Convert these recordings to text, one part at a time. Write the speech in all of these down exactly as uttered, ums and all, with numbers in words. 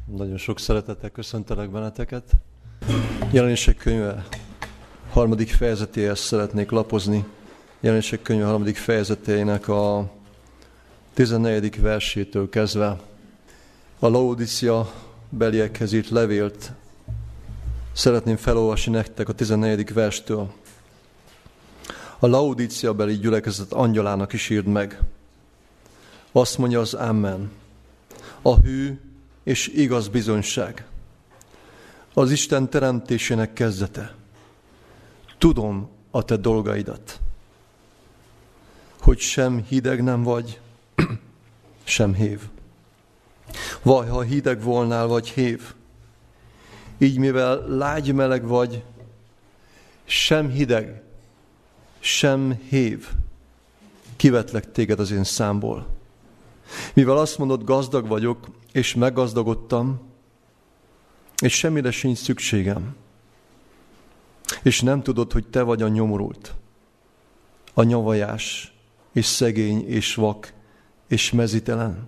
Nagyon sok szeretettel köszöntelek benneteket. Jelenések könyve harmadik fejezetéhez szeretnék lapozni. Jelenések könyve harmadik fejezetének a tizennegyedik versétől kezdve a Laodicea beliekhez írt levélt szeretném felolvasni nektek a tizennegyedik verstől. A Laodicea beli gyülekezet angyalának is írd meg. Azt mondja az Amen, a hű és igaz bizonyság, az Isten teremtésének kezdete. Tudom a te dolgaidat, hogy sem hideg nem vagy, sem hév. Vaj, ha hideg volnál, vagy hév, így mivel lágy meleg vagy, sem hideg, sem hév, kivetlek téged az én számból. Mivel azt mondod, gazdag vagyok, és meggazdagodtam, és semmire sincs szükségem, és nem tudod, hogy te vagy a nyomorult, a nyavajás, és szegény, és vak, és mezítelen.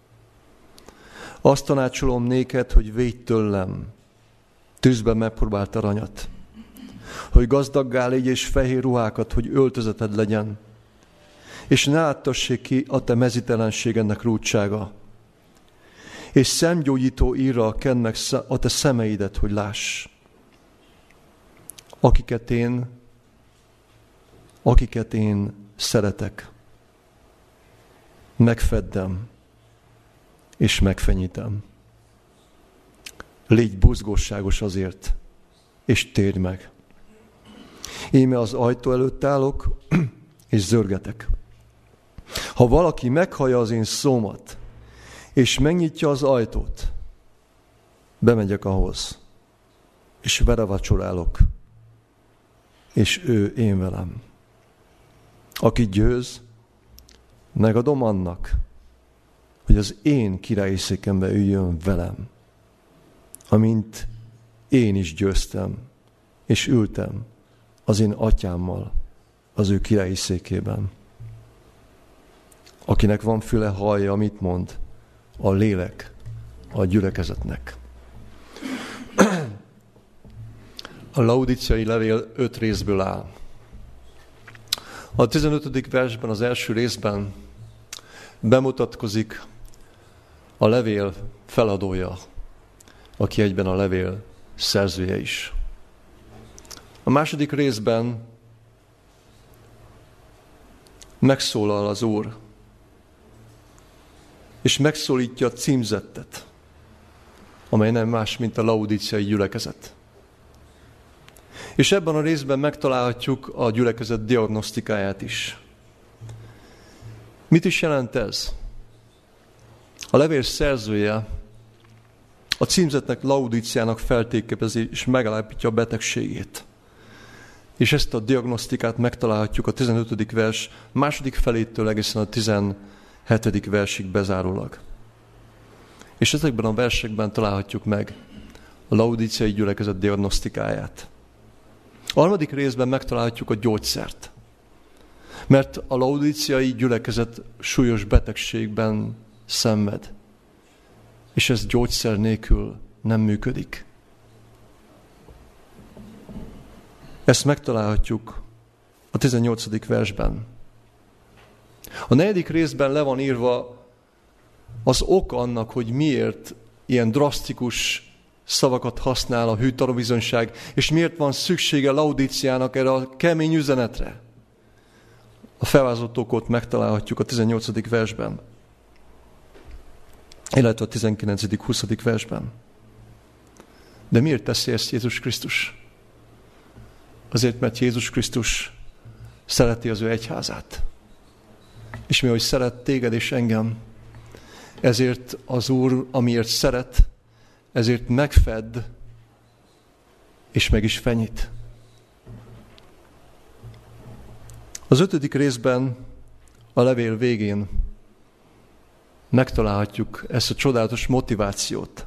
Azt tanácsolom néked, hogy védj tőlem, tűzben megpróbált aranyat, hogy gazdaggá légy, és fehér ruhákat, hogy öltözeted legyen, és ne áttassék ki a te mezítelenségednek rúdsága, és szemgyógyító írra kedd meg a te szemeidet, hogy láss. Akiket én, akiket én szeretek, megfeddem, és megfenyítem. Légy buzgóságos azért, és térj meg. Íme az ajtó előtt állok, és zörgetek. Ha valaki meghallja az én szómat, és megnyitja az ajtót, bemegyek ahhoz, és vele vacsorálok, és ő én velem. Aki győz, megadom annak, hogy az én királyi székembe üljön velem, amint én is győztem, és ültem az én atyámmal az ő királyi székében. Akinek van füle, hallja, amit mond a lélek a gyülekezetnek. A laodiceai levél öt részből áll. A tizenötödik versben, az első részben bemutatkozik a levél feladója, aki egyben a levél szerzője is. A második részben megszólal az Úr, és megszólítja a címzettet, amely nem más, mint a laodiceai gyülekezet. És ebben a részben megtalálhatjuk a gyülekezet diagnosztikáját is. Mit is jelent ez? A levél szerzője a címzetnek, Laodiceának feltérképezi és megállapítja a betegségét. És ezt a diagnosztikát megtalálhatjuk a tizenötödik vers második felétől egészen a tizenhetedik versig bezárólag. És ezekben a versekben találhatjuk meg a laodiceai gyülekezet diagnosztikáját. A harmadik részben megtalálhatjuk a gyógyszert. Mert a laodiceai gyülekezet súlyos betegségben szenved. És ez gyógyszer nélkül nem működik. Ezt megtalálhatjuk a tizennyolcadik versben. A negyedik részben le van írva az ok annak, hogy miért ilyen drasztikus szavakat használ a hű tanúbizonyság, és miért van szüksége Laodiceának erre a kemény üzenetre. A felvázolt okot megtalálhatjuk a tizennyolcadik versben, illetve a tizenkilencedik huszadik versben. De miért teszi ezt Jézus Krisztus? Azért, mert Jézus Krisztus szereti az ő egyházát. És mi, hogy szeret téged és engem, ezért az Úr, amiért szeret, ezért megfed, és meg is fenyít. Az ötödik részben, a levél végén megtalálhatjuk ezt a csodálatos motivációt.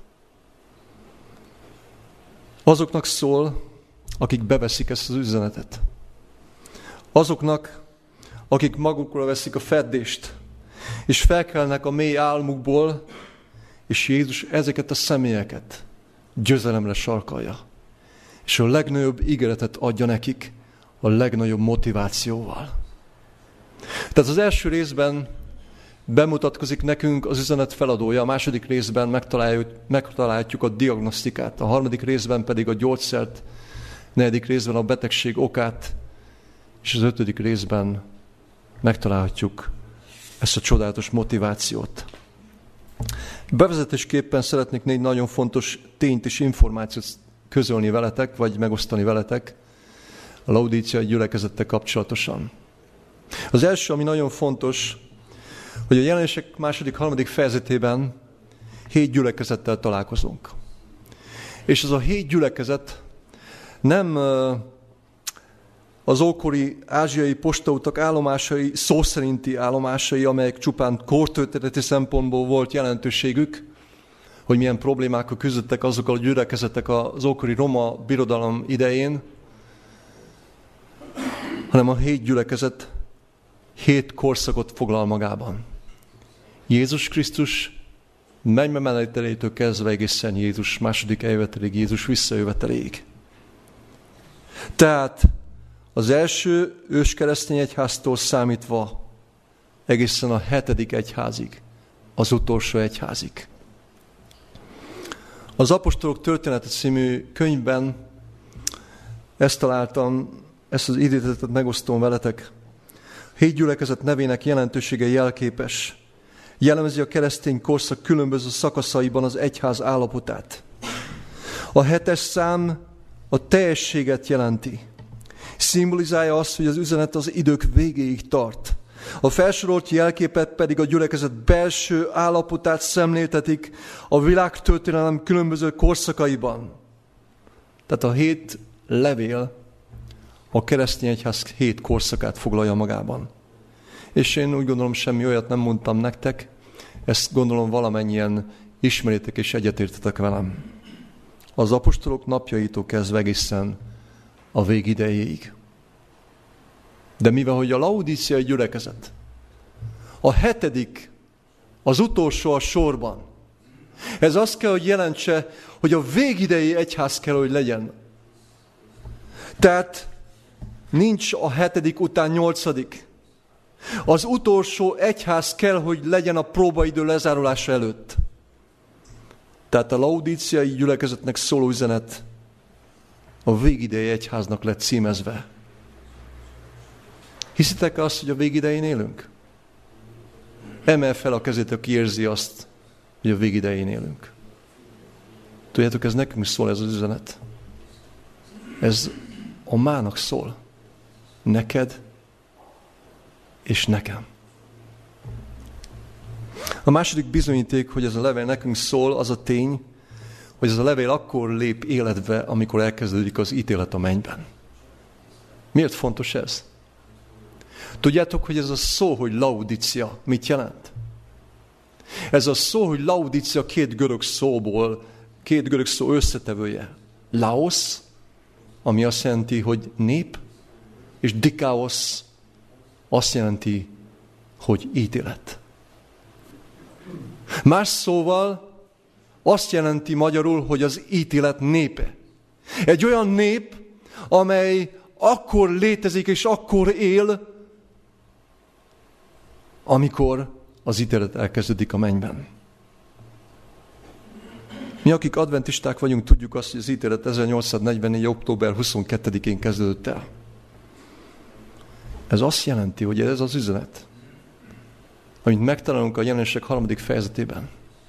Azoknak szól, akik beveszik ezt az üzenetet. Azoknak, akik magukra veszik a feddést, és felkelnek a mély álmukból, És Jézus ezeket a személyeket győzelemre sarkalja. És a legnagyobb ígéretet adja nekik a legnagyobb motivációval. Tehát az első részben bemutatkozik nekünk az üzenet feladója, a második részben megtaláljuk, megtaláljuk a diagnosztikát, a harmadik részben pedig a gyógyszert, a negyedik részben a betegség okát, és az ötödik részben megtalálhatjuk ezt a csodálatos motivációt. Bevezetésképpen szeretnék négy nagyon fontos tényt és információt közölni veletek, vagy megosztani veletek a laudíciai gyülekezettel kapcsolatosan. Az első, ami nagyon fontos, hogy a Jelenések második, harmadik fejezetében hét gyülekezettel találkozunk. És ez a hét gyülekezet nem az ókori ázsiai postautak állomásai, szó szerinti állomásai, amelyek csupán kortörténeti szempontból volt jelentőségük, hogy milyen problémákkal küzdöttek azokkal a gyülekezetek az ókori roma birodalom idején, hanem a hét gyülekezet hét korszakot foglal magában. Jézus Krisztus mennybe menetelétől kezdve egészen Jézus második eljöveteléig, Jézus visszajöveteléig. Tehát az első őskeresztény egyháztól számítva egészen a hetedik egyházig, az utolsó egyházig. Az Apostolok története című könyvben ezt találtam, ezt az idézetet megosztom veletek. Hét gyülekezet nevének jelentősége jelképes. Jellemzi a keresztény korszak különböző szakaszaiban az egyház állapotát. A hetes szám a teljességet jelenti. Szimbolizálja azt, hogy az üzenet az idők végéig tart. A felsorolt jelképet pedig a gyülekezet belső állapotát szemléltetik a világtörténelem különböző korszakaiban. Tehát a hét levél a keresztény egyház hét korszakát foglalja magában. És én úgy gondolom, semmi olyat nem mondtam nektek, ezt gondolom valamennyien ismeritek és egyetértetek velem. Az apostolok napjaitól kezdve egészen a végidejéig. De mivel, hogy a laudíciai gyülekezet a hetedik, az utolsó a sorban, ez azt kell, hogy jelentse, hogy a végidei egyház kell, hogy legyen. Tehát nincs a hetedik után nyolcadik. Az utolsó egyház kell, hogy legyen a próbaidő lezárulása előtt. Tehát a laudíciai gyülekezetnek szóló üzenet a végidei egyháznak lett címezve. Hiszitek azt, hogy a végidején élünk? Emel fel a kezét, aki érzi azt, hogy a végidején élünk. Tudjátok, ez nekünk szól ez az üzenet. Ez a mának szól. Neked és nekem. A második bizonyíték, hogy ez a levél nekünk szól, az a tény, hogy ez a levél akkor lép életbe, amikor elkezdődik az ítélet a mennyben. Miért fontos ez? Tudjátok, hogy ez a szó, hogy laudícia, mit jelent? Ez a szó, hogy laudícia két görög szóból, két görög szó összetevője. Laos, ami azt jelenti, hogy nép, és dikaos azt jelenti, hogy ítélet. Más szóval azt jelenti magyarul, hogy az ítélet népe. Egy olyan nép, amely akkor létezik és akkor él, amikor az ítélet elkezdődik a mennyben. Mi, akik adventisták vagyunk, tudjuk azt, hogy az ítélet ezernyolcszáznegyvennégy. október huszonkettedikén kezdődött el. Ez azt jelenti, hogy ez az üzenet, amit megtalálunk a Jelenések harmadik fejezetében.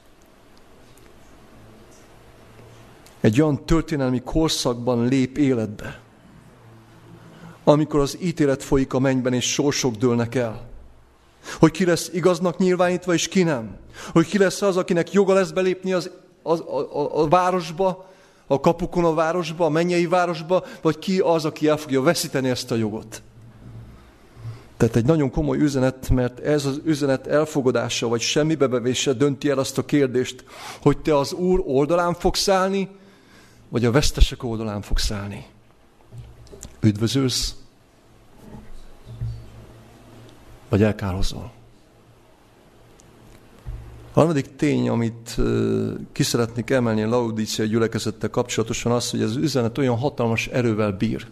Egy olyan történelmi korszakban lép életbe, amikor az ítélet folyik a mennyben, és sorsok dőlnek el. Hogy ki lesz igaznak nyilvánítva, és ki nem. Hogy ki lesz az, akinek joga lesz belépni az, az, a, a, a városba, a kapukon a városba, a mennyei városba, vagy ki az, aki el fogja veszíteni ezt a jogot. Tehát egy nagyon komoly üzenet, mert ez az üzenet elfogadása, vagy semmibevevése dönti el azt a kérdést, hogy te az Úr oldalán fogsz állni, vagy a vesztesek oldalán fogsz állni. Üdvözölsz, vagy elkárhozol. A harmadik tény, amit ki szeretnék emelni a Laodícia gyülekezettel kapcsolatosan, az, hogy az üzenet olyan hatalmas erővel bír.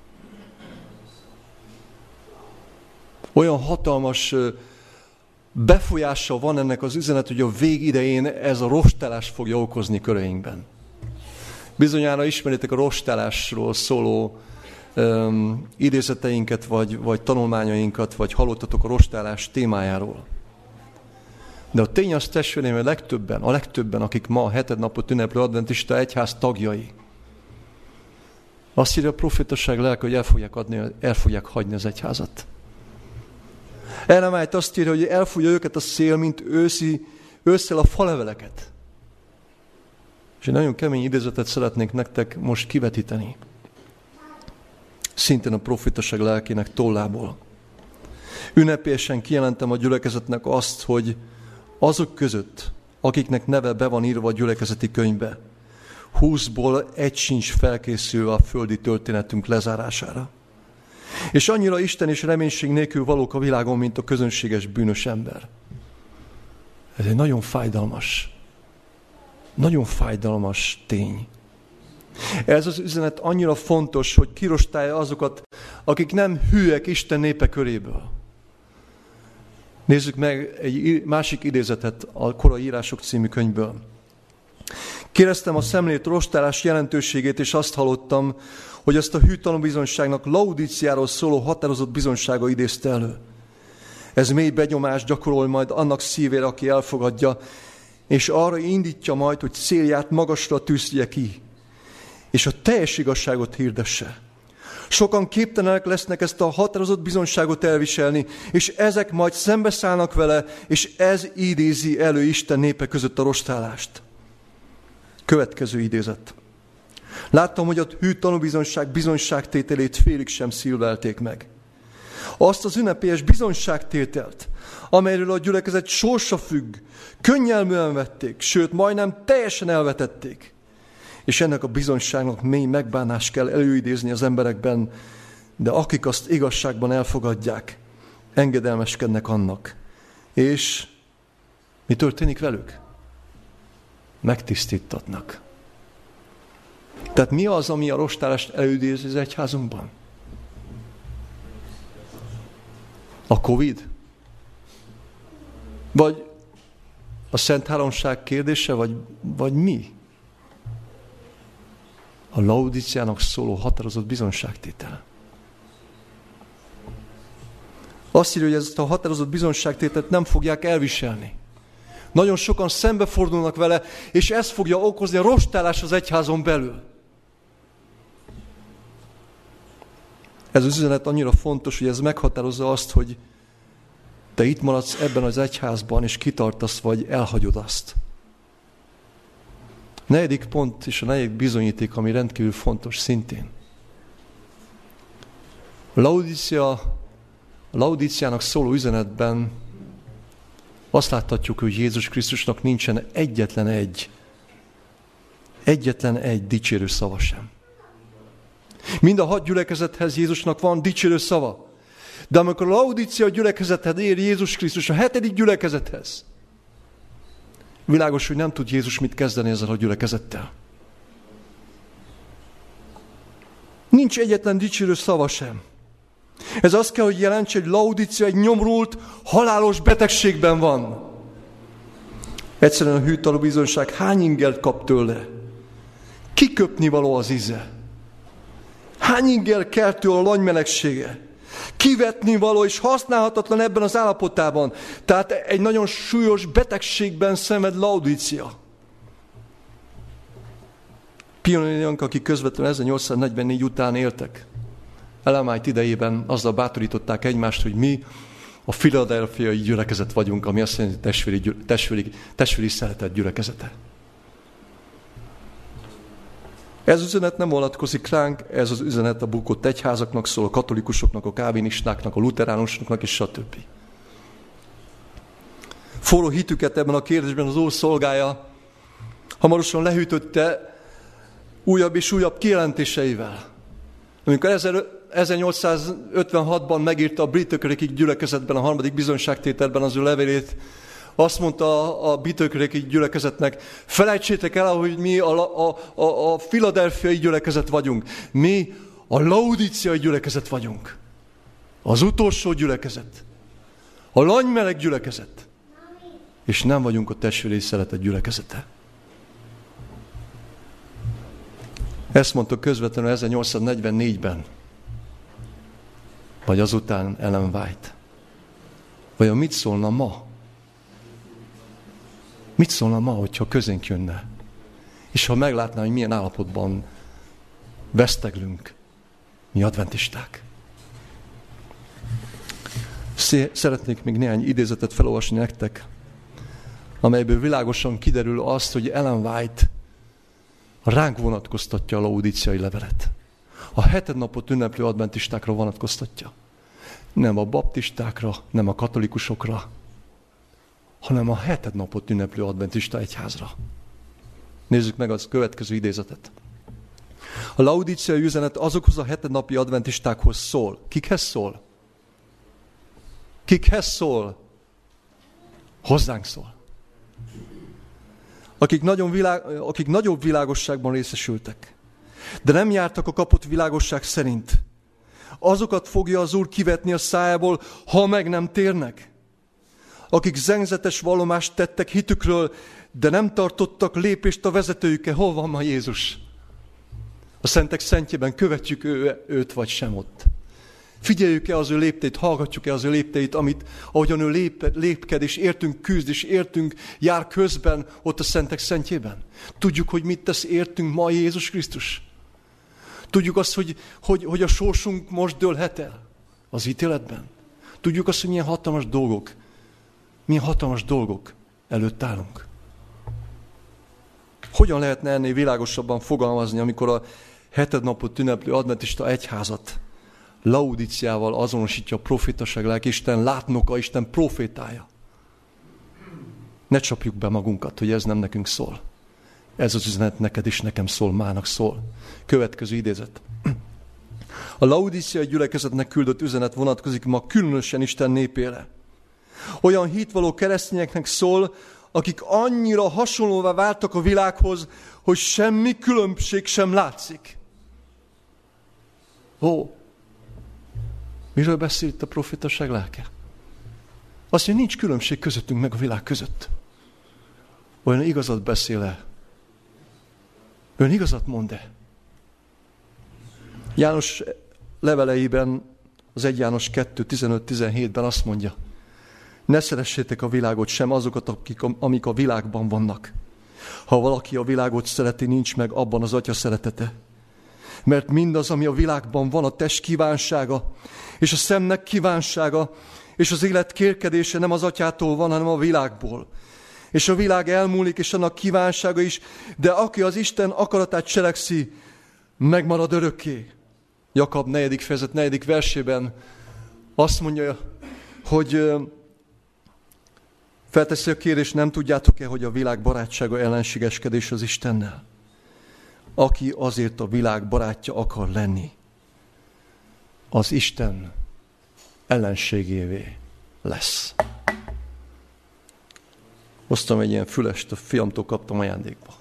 Olyan hatalmas befolyása van ennek az üzenet, hogy a vég idején ez a rostálást fogja okozni köreinkben. Bizonyára ismeritek a rostálásról szóló um, idézeteinket, vagy, vagy tanulmányainkat, vagy hallottatok a rostálás témájáról. De a tény az, testvéreim, a legtöbben, a legtöbben, akik ma a heted napot ünneplő adventista egyház tagjai, azt írja a profétaság lelke, hogy el fogják, adni, el fogják hagyni az egyházat. Ellen White azt írja, hogy elfújja őket a szél, mint őszi, ősszel a faleveleket. És egy nagyon kemény idézetet szeretnék nektek most kivetíteni. Szintén a profétaság lelkének tollából. Ünnepélyesen kijelentem a gyülekezetnek azt, hogy azok között, akiknek neve be van írva a gyülekezeti könyvbe, húszból egy sincs felkészülve a földi történetünk lezárására. És annyira Isten és reménység nélkül valók a világon, mint a közönséges bűnös ember. Ez egy nagyon fájdalmas, nagyon fájdalmas tény. Ez az üzenet annyira fontos, hogy kirostálja azokat, akik nem hűek Isten népe köréből. Nézzük meg egy másik idézetet a Korai írások című könyvből. Kérdeztem a szemlét rostálás jelentőségét, és azt hallottam, hogy ezt a hű tanúbizonyságnak Laodíciáról szóló határozott bizonysága idézte elő. Ez mély benyomást gyakorol majd annak szívére, aki elfogadja, és arra indítja majd, hogy célját magasra tűzje ki, és a teljes igazságot hirdesse. Sokan képtelenek lesznek ezt a határozott bizonyságot elviselni, és ezek majd szembeszállnak vele, és ez idézi elő Isten népe között a rostálást. Következő idézet. Láttam, hogy a hű tanúbizonyság bizonyságtételét félig sem szilvelték meg. Azt az ünnepélyes bizonyságtételt, amelyről a gyülekezet sorsa függ, könnyelműen vették, sőt, majdnem teljesen elvetették. És ennek a bizonyságnak mély megbánást kell előidézni az emberekben, de akik azt igazságban elfogadják, engedelmeskednek annak. És mi történik velük? Megtisztítatnak. Tehát mi az, ami a rostálást előidézi az egyházunkban? A Covid? Vagy a Szent Háromság kérdése? Vagy, vagy mi? A Laodíciának szóló határozott bizonyságtétel. Azt írja, hogy ezt a határozott bizonyságtételt nem fogják elviselni. Nagyon sokan szembefordulnak vele, és ez fogja okozni a rostálás az egyházon belül. Ez az üzenet annyira fontos, hogy ez meghatározza azt, hogy te itt maradsz ebben az egyházban, és kitartasz, vagy elhagyod azt. A negyedik pont és a negyedik bizonyíték, ami rendkívül fontos szintén. A Laodícia, a Laodíciának szóló üzenetben azt láthatjuk, hogy Jézus Krisztusnak nincsen egyetlen egy, egyetlen egy dicsérő szava sem. Mind a hat gyülekezethez Jézusnak van dicsérő szava. De amikor a Laodícia gyülekezethez ér Jézus Krisztus, a hetedik gyülekezethez, világos, hogy nem tud Jézus mit kezdeni ezzel a gyülekezettel. Nincs egyetlen dicsérő szava sem. Ez azt kell, hogy jelentse, hogy Laodícia egy nyomrult, halálos betegségben van. Egyszerűen a hű tanúbizonyság hány ingert kap tőle? Kiköpni való az íze. Hány inger kell tőle a lanymelegsége? Kivetni való és használhatatlan ebben az állapotában. Tehát egy nagyon súlyos betegségben szenved Laodícia. Pionérok, akik közvetlenül ezernyolcszáznegyvennégy után éltek, Ellen White idejében azzal bátorították egymást, hogy mi a philadelphiai gyülekezet vagyunk, ami azt jelenti testvéri, testvéri, testvéri szeretet gyülekezete. Ez az üzenet nem vonatkozik ránk, ez az üzenet a bukott egyházaknak szól, a katolikusoknak, a kávinistáknak, a luteránusoknak és stb. Forró hitüket ebben a kérdésben az Úr szolgálja, hamarosan lehűtötte újabb és újabb kijelentéseivel. Amikor ezernyolcszázötvenhatban megírta a brit ökörékig gyülekezetben, a harmadik bizonyságtételben az ő levélét, Azt mondta a bitőköréki gyülekezetnek, felejtsétek el, hogy mi a, a, a, a filadelfiai gyülekezet vagyunk. Mi a laudíciai gyülekezet vagyunk. Az utolsó gyülekezet. A lanymeleg gyülekezet. És nem vagyunk a testvéri szeretet gyülekezete. Ezt mondta közvetlenül ezernyolcszáznegyvennégyben. Vagy azután Ellen White. Vajon mit szólna ma? Mit szólna ma, hogyha közénk jönne? És ha meglátná, hogy milyen állapotban veszteglünk, mi adventisták. Szeretnék még néhány idézetet felolvasni nektek, amelyből világosan kiderül azt, hogy Ellen White ránk vonatkoztatja a laudíciai levelet. A hetednapot ünneplő adventistákra vonatkoztatja. Nem a baptistákra, nem a katolikusokra, hanem a hetednapot ünneplő adventista egyházra. Nézzük meg az következő idézetet. A laudíciai üzenet azokhoz a hetednapi adventistákhoz szól. Kikhez szól? Kikhez szól? Hozzánk szól. Akik, nagyon világ, akik nagyobb világosságban részesültek, de nem jártak a kapott világosság szerint. Azokat fogja az Úr kivetni a szájából, ha meg nem térnek. Akik zengzetes vallomást tettek hitükről, de nem tartottak lépést a vezetőjükkel. Hol van ma Jézus? A szentek szentjében követjük ő, őt vagy sem ott. Figyeljük-e az ő lépteit, hallgatjuk-e az ő lépteit, amit, ahogyan ő lép, lépked, és értünk küzd, és értünk, jár közben ott a szentek szentjében. Tudjuk, hogy mit tesz értünk ma Jézus Krisztus. Tudjuk azt, hogy, hogy, hogy a sorsunk most dőlhet el az ítéletben. Tudjuk azt, hogy milyen hatalmas dolgok, milyen hatalmas dolgok előtt állunk. Hogyan lehetne ennél világosabban fogalmazni, amikor a hetednapot ünneplő adventista egyházat Laudíciával azonosítja a profétaság lelke, Isten látnoka, Isten profétája. Ne csapjuk be magunkat, hogy ez nem nekünk szól. Ez az üzenet neked is, nekem szól, mának szól. Következő idézet. A laudíciai gyülekezetnek küldött üzenet vonatkozik ma különösen Isten népére. Olyan hitvaló keresztényeknek szól, akik annyira hasonlóvá váltak a világhoz, hogy semmi különbség sem látszik. Ó, miről beszél itt a profétaság lelke? Azt mondja, nincs különbség közöttünk meg a világ között. Olyan igazat beszél-e? Ön igazat mond-e? János leveleiben, az egy János kettő tizenöt tizenhétben azt mondja, ne szeressétek a világot sem, azokat, akik, amik a világban vannak. Ha valaki a világot szereti, nincs meg abban az Atya szeretete. Mert mindaz, ami a világban van, a test kívánsága, és a szemnek kívánsága, és az élet kérkedése nem az Atyától van, hanem a világból. És a világ elmúlik, és annak kívánsága is, de aki az Isten akaratát cselekszi, megmarad örökké. Jakab negyedik fejezet negyedik versében azt mondja, hogy felteszi a kérdést, nem tudjátok-e, hogy a világ barátsága ellenségeskedés az Istennel? Aki azért a világ barátja akar lenni, az Isten ellenségévé lesz. Hoztam egy ilyen fülest, a fiamtól kaptam ajándékba.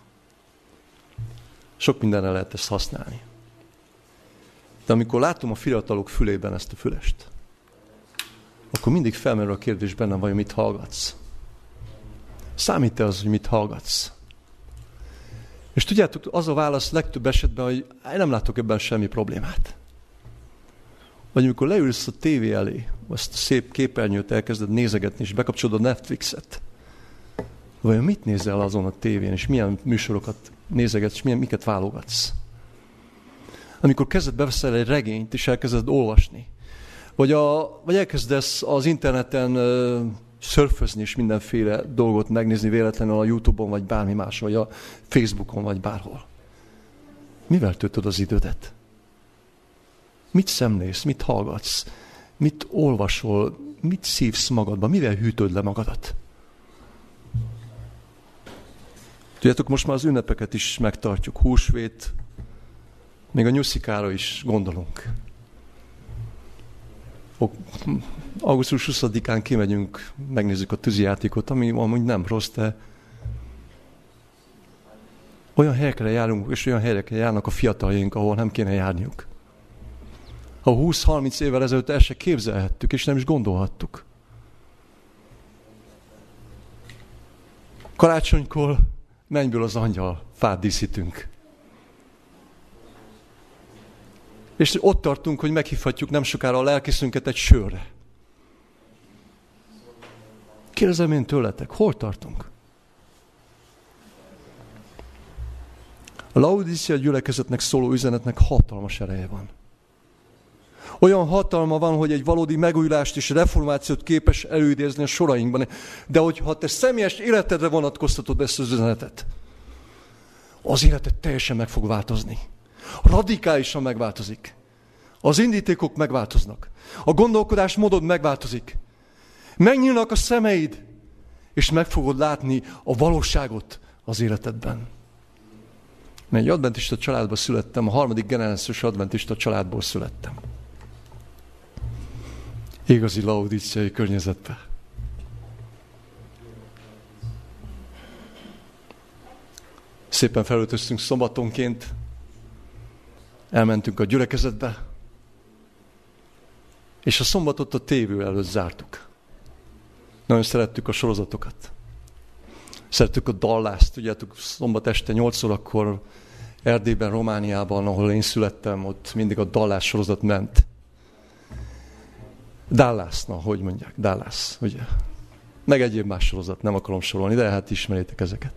Sok mindenre lehet ezt használni. De amikor látom a fiatalok fülében ezt a fülest, akkor mindig felmerül a kérdés bennem, vajon mit hallgatsz? Számít-e az, hogy mit hallgatsz? És tudjátok, az a válasz legtöbb esetben, hogy én nem látok ebben semmi problémát. Vagy amikor leülsz a tévé elé, azt a szép képernyőt elkezded nézegetni, és bekapcsolod a Netflixet, vajon mit nézel azon a tévén, és milyen műsorokat nézegetsz, és milyen, miket válogatsz? Amikor kezded beveszel egy regényt, és elkezded olvasni, vagy, a, vagy elkezdesz az interneten uh, szörfözni, és mindenféle dolgot megnézni véletlenül a YouTube-on, vagy bármi más, vagy a Facebookon, vagy bárhol. Mivel töltöd az idődet? Mit szemlélsz, mit hallgatsz, mit olvasol, mit szívsz magadba, mivel hűtöd le magadat? Tudjátok, most már az ünnepeket is megtartjuk, húsvét, még a nyuszikára is gondolunk. augusztus huszadikán kimegyünk, megnézzük a tűzijátékot, ami amúgy nem rossz, de olyan helyekre járunk, és olyan helyekre járnak a fiataljaink, ahol nem kéne járniuk. Ha húsz-harminc évvel ezelőtt el se képzelhettük, és nem is gondolhattuk. Karácsonykor mennyből az angyal fát díszítünk. És ott tartunk, hogy meghívhatjuk nem sokára a lelkészünket egy sörre. Kérdezem én tőletek, hol tartunk? A Laodicea gyülekezetnek szóló üzenetnek hatalmas ereje van. Olyan hatalma van, hogy egy valódi megújulást és reformációt képes előidézni a sorainkban. De hogyha te személyes életedre vonatkoztatod ezt az üzenetet, az életed teljesen meg fog változni. Radikálisan megváltozik. Az indítékok megváltoznak. A gondolkodás módod megváltozik. Megnyílnak a szemeid, és meg fogod látni a valóságot az életedben. Mert egy adventista családban születtem, a harmadik generációs adventista családból születtem. Igazi laodíciai környezetben. Szépen felöltöztünk szombatonként, elmentünk a gyülekezetbe, és a szombatot a tévé előtt zártuk. Nagyon szerettük a sorozatokat. Szerettük a Dallást, tudjátok, szombat este nyolc órakor Erdélyben, Romániában, ahol én születtem, ott mindig a Dallás sorozat ment. Dallas, na, hogy mondják, Dallas, ugye? Meg egyéb más sorozat, nem akarom sorolni, de hát ismeritek ezeket.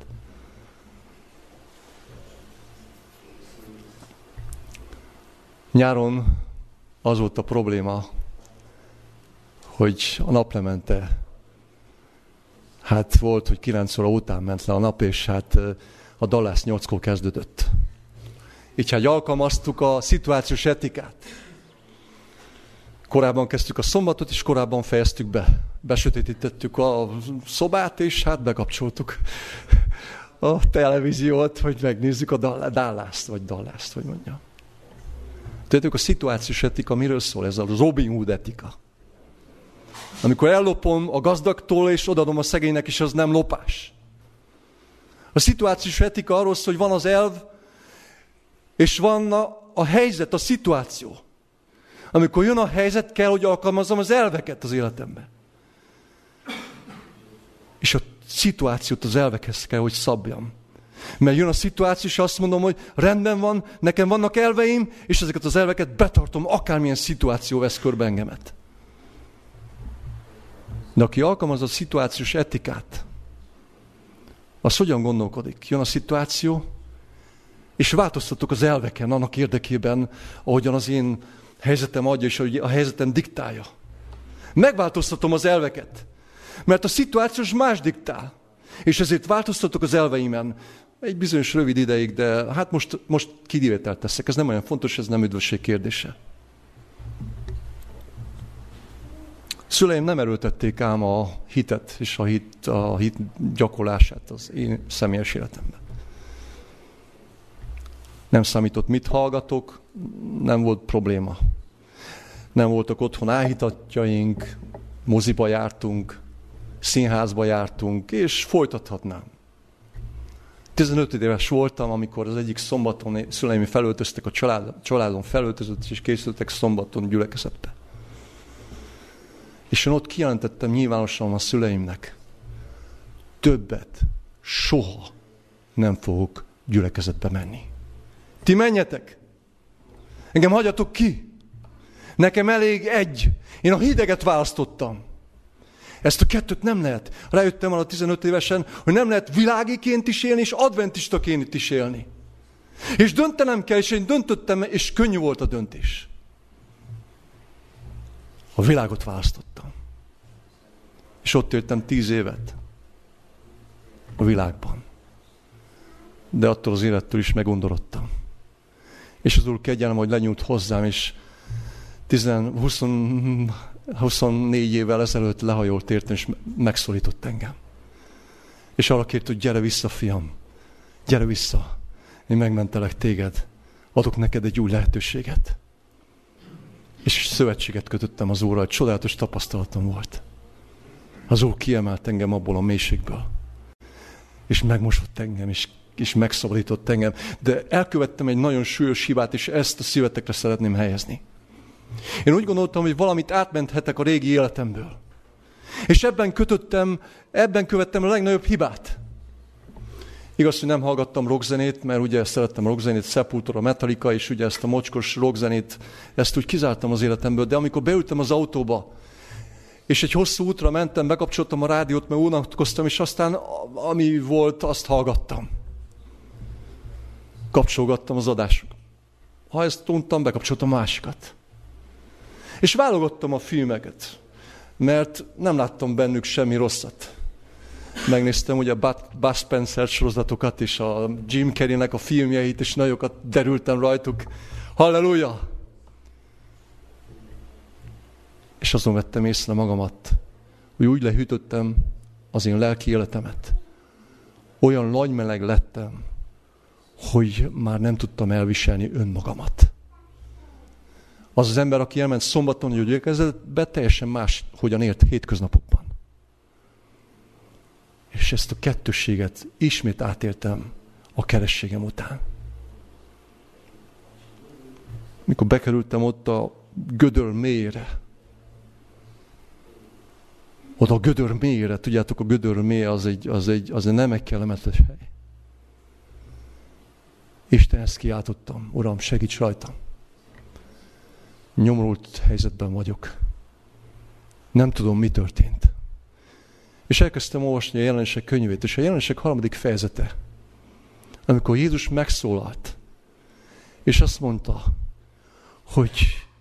Nyáron az volt a probléma, hogy a naplemente, hát volt, hogy kilenc óra után ment le a nap, és hát a Dallas nyolckor kezdődött. Így hát alkalmaztuk a szituációs etikát. Korábban kezdtük a szombatot, és korábban fejeztük be. Besötétítettük a szobát, és hát bekapcsoltuk a televíziót, hogy megnézzük a Dallást, vagy Dallást, hogy mondjam. Tudjátok, a szituációs etika miről szól? Ez a Robin Hood etika. Amikor ellopom a gazdagtól, és odadom a szegénynek, és az nem lopás. A szituációs etika arról szól, hogy van az elv, és van a, a helyzet, a szituáció. Amikor jön a helyzet, kell, hogy alkalmazzam az elveket az életemben. És a szituációt az elvekhez kell, hogy szabjam. Mert jön a szituáció, és azt mondom, hogy rendben van, nekem vannak elveim, és ezeket az elveket betartom, akármilyen szituáció vesz körbe engemet. De aki alkalmazza a szituációs etikát, az hogyan gondolkodik? Jön a szituáció, és változtatok az elveken annak érdekében, ahogyan az én helyzetem adja, és ahogy a helyzetem diktálja. Megváltoztatom az elveket, mert a szituációs más diktál. És ezért változtatok az elveimen egy bizonyos rövid ideig, de hát most, most kivételt teszek. Ez nem olyan fontos, ez nem üdvösség kérdése. Szüleim nem erőltették ám a hitet és a hit, a hit gyakorlását az én személyes életemben. Nem számított, mit hallgatok, nem volt probléma. Nem voltak otthon álhitatjaink, moziba jártunk, színházba jártunk, és folytathatnám. tizenöt éves voltam, amikor az egyik szombaton szüleim felöltöztek, a család, családon felöltözött, és készültek szombaton gyülekezetbe. És én ott kijelentettem nyilvánosan a szüleimnek, többet soha nem fogok gyülekezetbe menni. Ti menjetek! Engem hagyjatok ki! Nekem elég egy. Én a hideget választottam. Ezt a kettőt nem lehet. Rájöttem a tizenöt évesen, hogy nem lehet világiként is élni, és adventistaként is élni. És döntenem kell, és én döntöttem, és könnyű volt a döntés. A világot választottam. És ott éltem tíz évet. A világban. De attól az élettől is megundorodtam. És az Úr kegyelme, hogy lenyúlt hozzám, és huszonnégy évvel ezelőtt lehajolt értem, és megszólított engem. És arra kért, hogy gyere vissza, fiam, gyere vissza, én megmentelek téged, adok neked egy új lehetőséget. És szövetséget kötöttem az Úrral, csodálatos tapasztalatom volt. Az Úr kiemelt engem abból a mélységből. És megmosott engem, és, és megszabadított engem. De elkövettem egy nagyon súlyos hibát, és ezt a szívetekre szeretném helyezni. Én úgy gondoltam, hogy valamit átmenthetek a régi életemből. És ebben kötöttem, ebben követtem a legnagyobb hibát. Igaz, hogy nem hallgattam rockzenét, mert ugye szerettem rockzenét, Sepultura, Metallica, és ugye ezt a mocskos rockzenét, ezt úgy kizártam az életemből. De amikor beültem az autóba, és egy hosszú útra mentem, bekapcsoltam a rádiót, mert unatkoztam, és aztán ami volt, azt hallgattam. Kapcsolgattam az adásokat. Ha ezt tudtam, bekapcsoltam a másikat. És válogattam a filmeket, mert nem láttam bennük semmi rosszat. Megnéztem ugye a Bud Spencer sorozatokat, és a Jim Carreynek a filmjeit, és nagyokat derültem rajtuk. Halleluja! És azon vettem észre magamat, hogy úgy lehűtöttem az én lelki életemet. Olyan lagymeleg lettem, hogy már nem tudtam elviselni önmagamat. Az az ember, aki elment szombaton, hogy gyülekezetbe, teljesen más, hogyan élt hétköznapokban. És ezt a kettősséget ismét átéltem a kerességem után. Mikor bekerültem ott a gödör mélyére, oda a gödör mélyére, tudjátok, a gödör mély az egy, az egy, az egy nem egy kellemetlen hely. Istenhez kiáltottam, Uram, segíts rajtam. Nyomorult helyzetben vagyok. Nem tudom, mi történt. És elkezdtem olvasni a Jelenések könyvét, és a Jelenések harmadik fejezete, amikor Jézus megszólalt, és azt mondta, hogy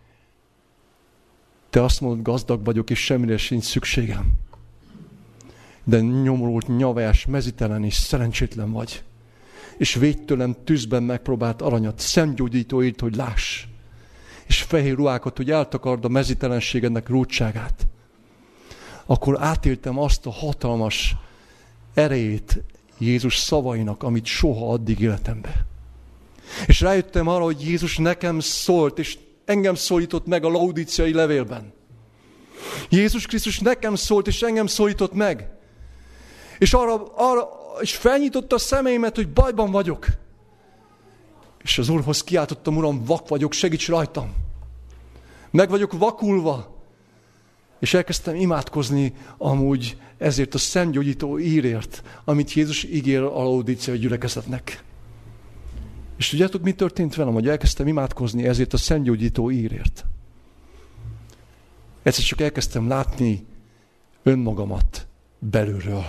te azt mondod, gazdag vagyok, és semmire sincs szükségem. De nyomorult, nyavás, mezitelen és szerencsétlen vagy. És védj tőlem tűzben megpróbált aranyat, szemgyógyítóért, hogy láss. És fehér ruhákat, hogy eltakard a mezitelenségednek rúdságát. Akkor átéltem azt a hatalmas erejét Jézus szavainak, amit soha addig életembe. És rájöttem arra, hogy Jézus nekem szólt, és engem szólított meg a laudíciai levélben. Jézus Krisztus nekem szólt, és engem szólított meg. És, arra, arra, és felnyitotta a szemeimet, hogy bajban vagyok. És az Úrhoz kiáltottam, Uram, vak vagyok, segíts rajtam. Meg vagyok vakulva. És elkezdtem imádkozni amúgy ezért a szemgyógyító írért, amit Jézus ígér a laudíciai gyülekezetnek. És tudjátok, mi történt velem, hogy elkezdtem imádkozni ezért a szemgyógyító írért? Egyszer csak elkezdtem látni önmagamat belülről.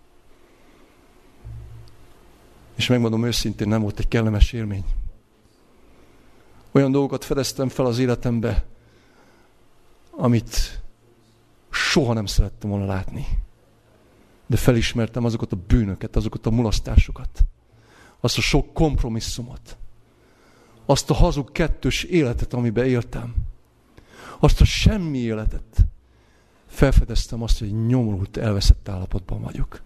És megmondom őszintén, nem volt egy kellemes élmény. Olyan dolgokat fedeztem fel az életembe, amit soha nem szerettem volna látni. De felismertem azokat a bűnöket, azokat a mulasztásokat, azt a sok kompromisszumot, azt a hazug kettős életet, amiben éltem, azt a semmi életet. Felfedeztem azt, hogy nyomorult, elveszett állapotban vagyok.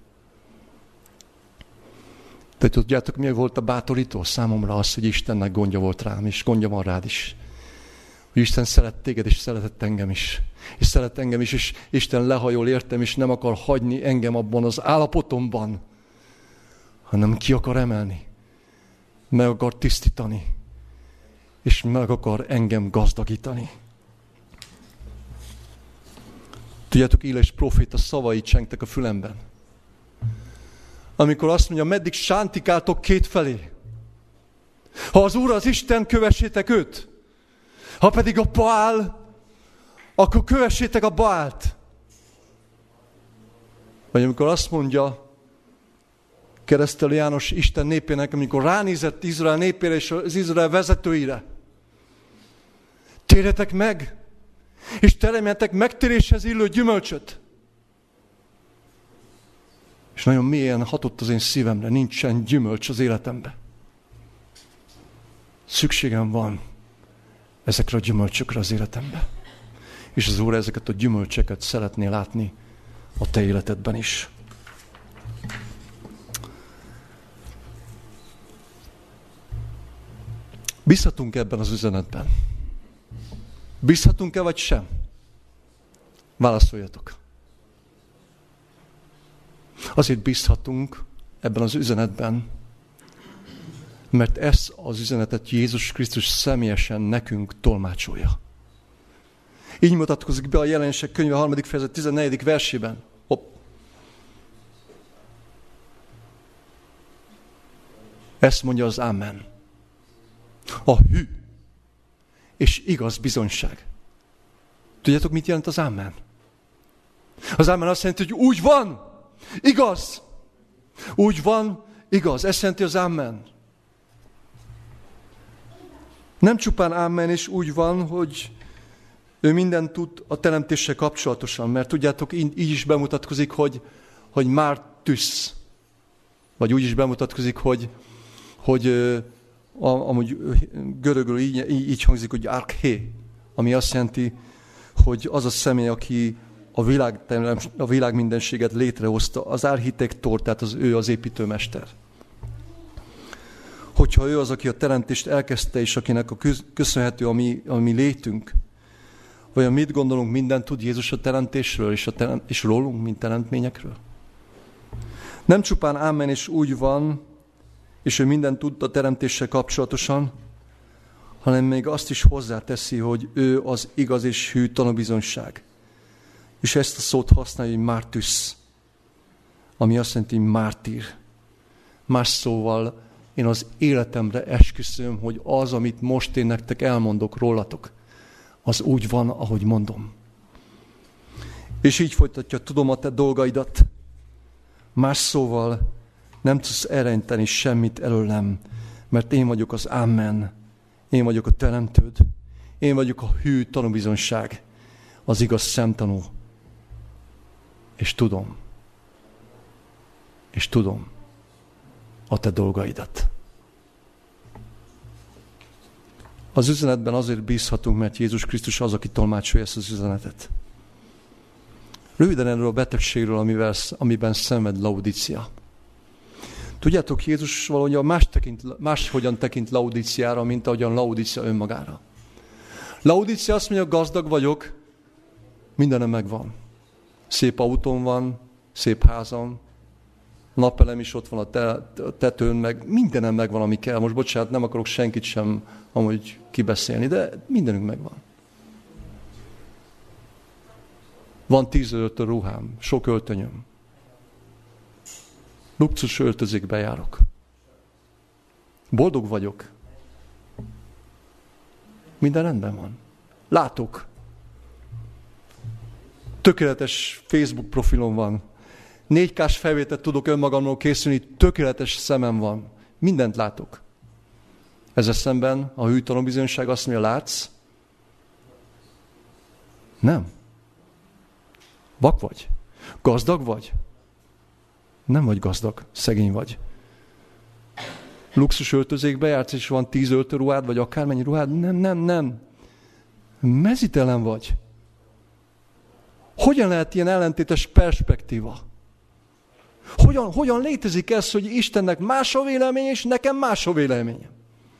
De tudjátok, mi volt a bátorító számomra? Az, hogy Istennek gondja volt rám, és gondja van rád is. Hogy Isten szeret téged, és szeretett engem is. És szeret engem is, és Isten lehajol értem, és nem akar hagyni engem abban az állapotomban, hanem ki akar emelni. Meg akar tisztítani. És meg akar engem gazdagítani. Tudjátok, Éles próféta szavai csengtek a fülemben. Amikor azt mondja, meddig sántikáltok kétfelé. Ha az Úr az Isten, kövessétek őt. Ha pedig a Baál, akkor kövessétek a Baált. Vagy amikor azt mondja Keresztelő János Isten népének, amikor ránézett Izrael népére és az Izrael vezetőire. Térjetek meg, és teremjetek megtéréshez illő gyümölcsöt. És nagyon mélyen hatott az én szívemre, nincsen gyümölcs az életemben. Szükségem van ezekre a gyümölcsökre az életemben. És az Úr ezeket a gyümölcseket szeretné látni a te életedben is. Bízhatunk ebben az üzenetben. Bízhatunk-e vagy sem? Válaszoljatok. Azért bízhatunk ebben az üzenetben, mert ezt az üzenetet Jézus Krisztus személyesen nekünk tolmácsolja. Így mutatkozik be a Jelenések könyve harmadik fejezet tizennegyedik versében. Hopp. Ezt mondja az Amen. A hű és igaz bizonyság. Tudjátok, mit jelent az Amen? Az Amen azt jelenti, hogy úgy van, igaz. Úgy van, igaz. Ezt jelenti az Amen. Nem csupán Amen, és úgy van, hogy ő mindent tud a teremtéssel kapcsolatosan, mert tudjátok, így, így is bemutatkozik, hogy, hogy Mártüsz, vagy úgy is bemutatkozik, hogy, hogy amúgy görögül így, így hangzik, hogy arché, ami azt jelenti, hogy az a személy, aki a világ, a világ mindenséget létrehozta, az architektor, tehát az ő az építőmester. Hogyha ő az, aki a teremtést elkezdte, és akinek a köszönhető a mi, a mi létünk, vajon mit gondolunk, mindent tud Jézus a teremtésről, és, a terem, és rólunk, mint teremtményekről? Nem csupán Amen, és úgy van, és ő mindent tud a teremtéssel kapcsolatosan, hanem még azt is hozzáteszi, hogy ő az igaz és hű tanúbizonyság. És ezt a szót használja, hogy mártüsz, ami azt jelenti, hogy mártír. Más szóval én az életemre esküszöm, hogy az, amit most én nektek elmondok rólatok, az úgy van, ahogy mondom. És így folytatja, tudom a te dolgaidat. Más szóval nem tudsz elrejteni semmit előlem, mert én vagyok az Amen, én vagyok a teremtőd, én vagyok a hű tanúbizonyság, az igaz szemtanú. És tudom, és tudom a te dolgaidat. Az üzenetben azért bízhatunk, mert Jézus Krisztus az, aki tolmácsolja ezt az üzenetet. Röviden erről a betegségről, amivel, amiben szenved Laodícia. Tudjátok, Jézus valahogyan más tekint, máshogyan tekint Laodíciára, mint ahogyan Laodícia önmagára. Laodícia azt mondja, gazdag vagyok, mindenem megvan. Szép autón van, szép házam, napelem is ott van a, te, a tetőn, meg mindenem megvan, ami kell. Most bocsánat, nem akarok senkit sem amúgy kibeszélni, de mindenünk megvan. Van tíz öltő ruhám, sok öltönyöm. Luxus öltözékbe járok. Boldog vagyok. Minden rendben van. Látok. Tökéletes Facebook profilom van. négy ká-s felvételt tudok önmagamról készülni, tökéletes szemem van. Mindent látok. Ezzel szemben a hű tanúbizonyság azt mondja, látsz? Nem. Vak vagy? Gazdag vagy? Nem vagy gazdag, szegény vagy. Luxus öltözékbe jársz, és van tíz öltőruhád, vagy akármennyi ruhád? Nem, nem, nem. Mezítelen vagy. Hogyan lehet ilyen ellentétes perspektíva? Hogyan, hogyan létezik ez, hogy Istennek más a vélemény, és nekem más a véleményem?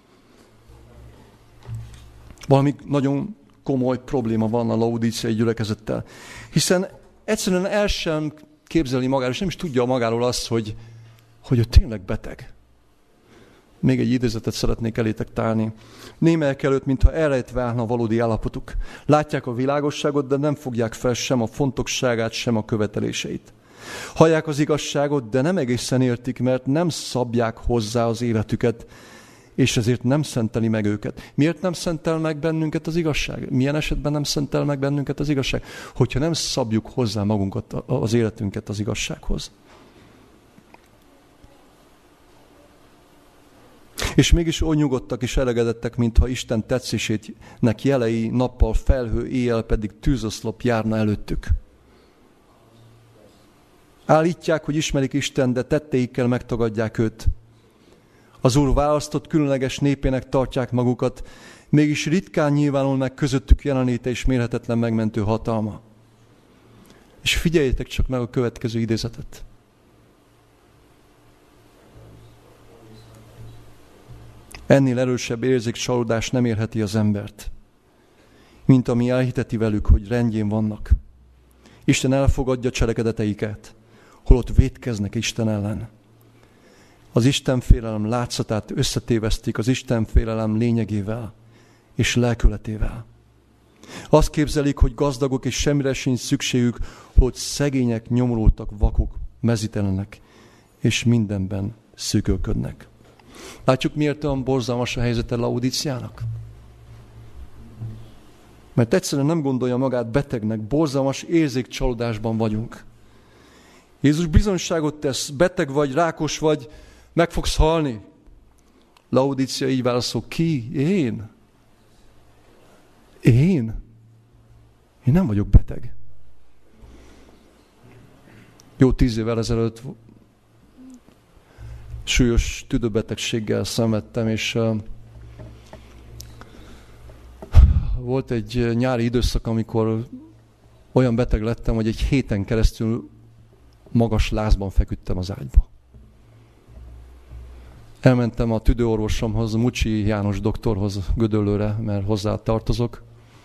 Valami nagyon komoly probléma van a laodíciai gyülekezettel. Hiszen egyszerűen el sem képzeli magáról, és nem is tudja magáról azt, hogy, hogy ő tényleg beteg. Még egy idézetet szeretnék elétek tárni. Némelyek előtt, mintha elrejtve állna a valódi állapotuk. Látják a világosságot, de nem fogják fel sem a fontosságát, sem a követeléseit. Hallják az igazságot, de nem egészen értik, mert nem szabják hozzá az életüket, és ezért nem szenteli meg őket. Miért nem szentel meg bennünket az igazság? Milyen esetben nem szentel meg bennünket az igazság? Hogyha nem szabjuk hozzá magunkat, az életünket az igazsághoz. És mégis oly nyugodtak és elegedettek, mintha Isten tetszésének jelei nappal felhő, éjjel pedig tűzoszlop járna előttük. Állítják, hogy ismerik Isten, de tetteikkel megtagadják őt. Az Úr választott különleges népének tartják magukat, mégis ritkán nyilvánul meg közöttük jelenléte és mérhetetlen megmentő hatalma. És figyeljétek csak meg a következő idézetet. Ennél erősebb érzékcsalódás nem érheti az embert, mint ami elhiteti velük, hogy rendjén vannak. Isten elfogadja cselekedeteiket, holott vétkeznek Isten ellen. Az Istenfélelem látszatát összetévesztik az Istenfélelem lényegével és lelkületével. Azt képzelik, hogy gazdagok és semmire sincs szükségük, hogy szegények, nyomorultak, vakok, mezítelenek, és mindenben szűkölködnek. Látjuk, miért olyan borzalmas a helyzete Laodíciának? Mert egyszerűen nem gondolja magát betegnek, borzalmas érzékcsalódásban vagyunk. Jézus bizonyságot tesz, beteg vagy, rákos vagy, meg fogsz halni. Laodícia így válaszol, ki? Én? Én? Én nem vagyok beteg. Jó tíz évvel ezelőtt súlyos tüdőbetegséggel szenvedtem, és uh, volt egy nyári időszak, amikor olyan beteg lettem, hogy egy héten keresztül magas lázban feküdtem az ágyba. Elmentem a tüdőorvosomhoz, Mucsi János doktorhoz Gödöllőre, mert hozzá tartozok.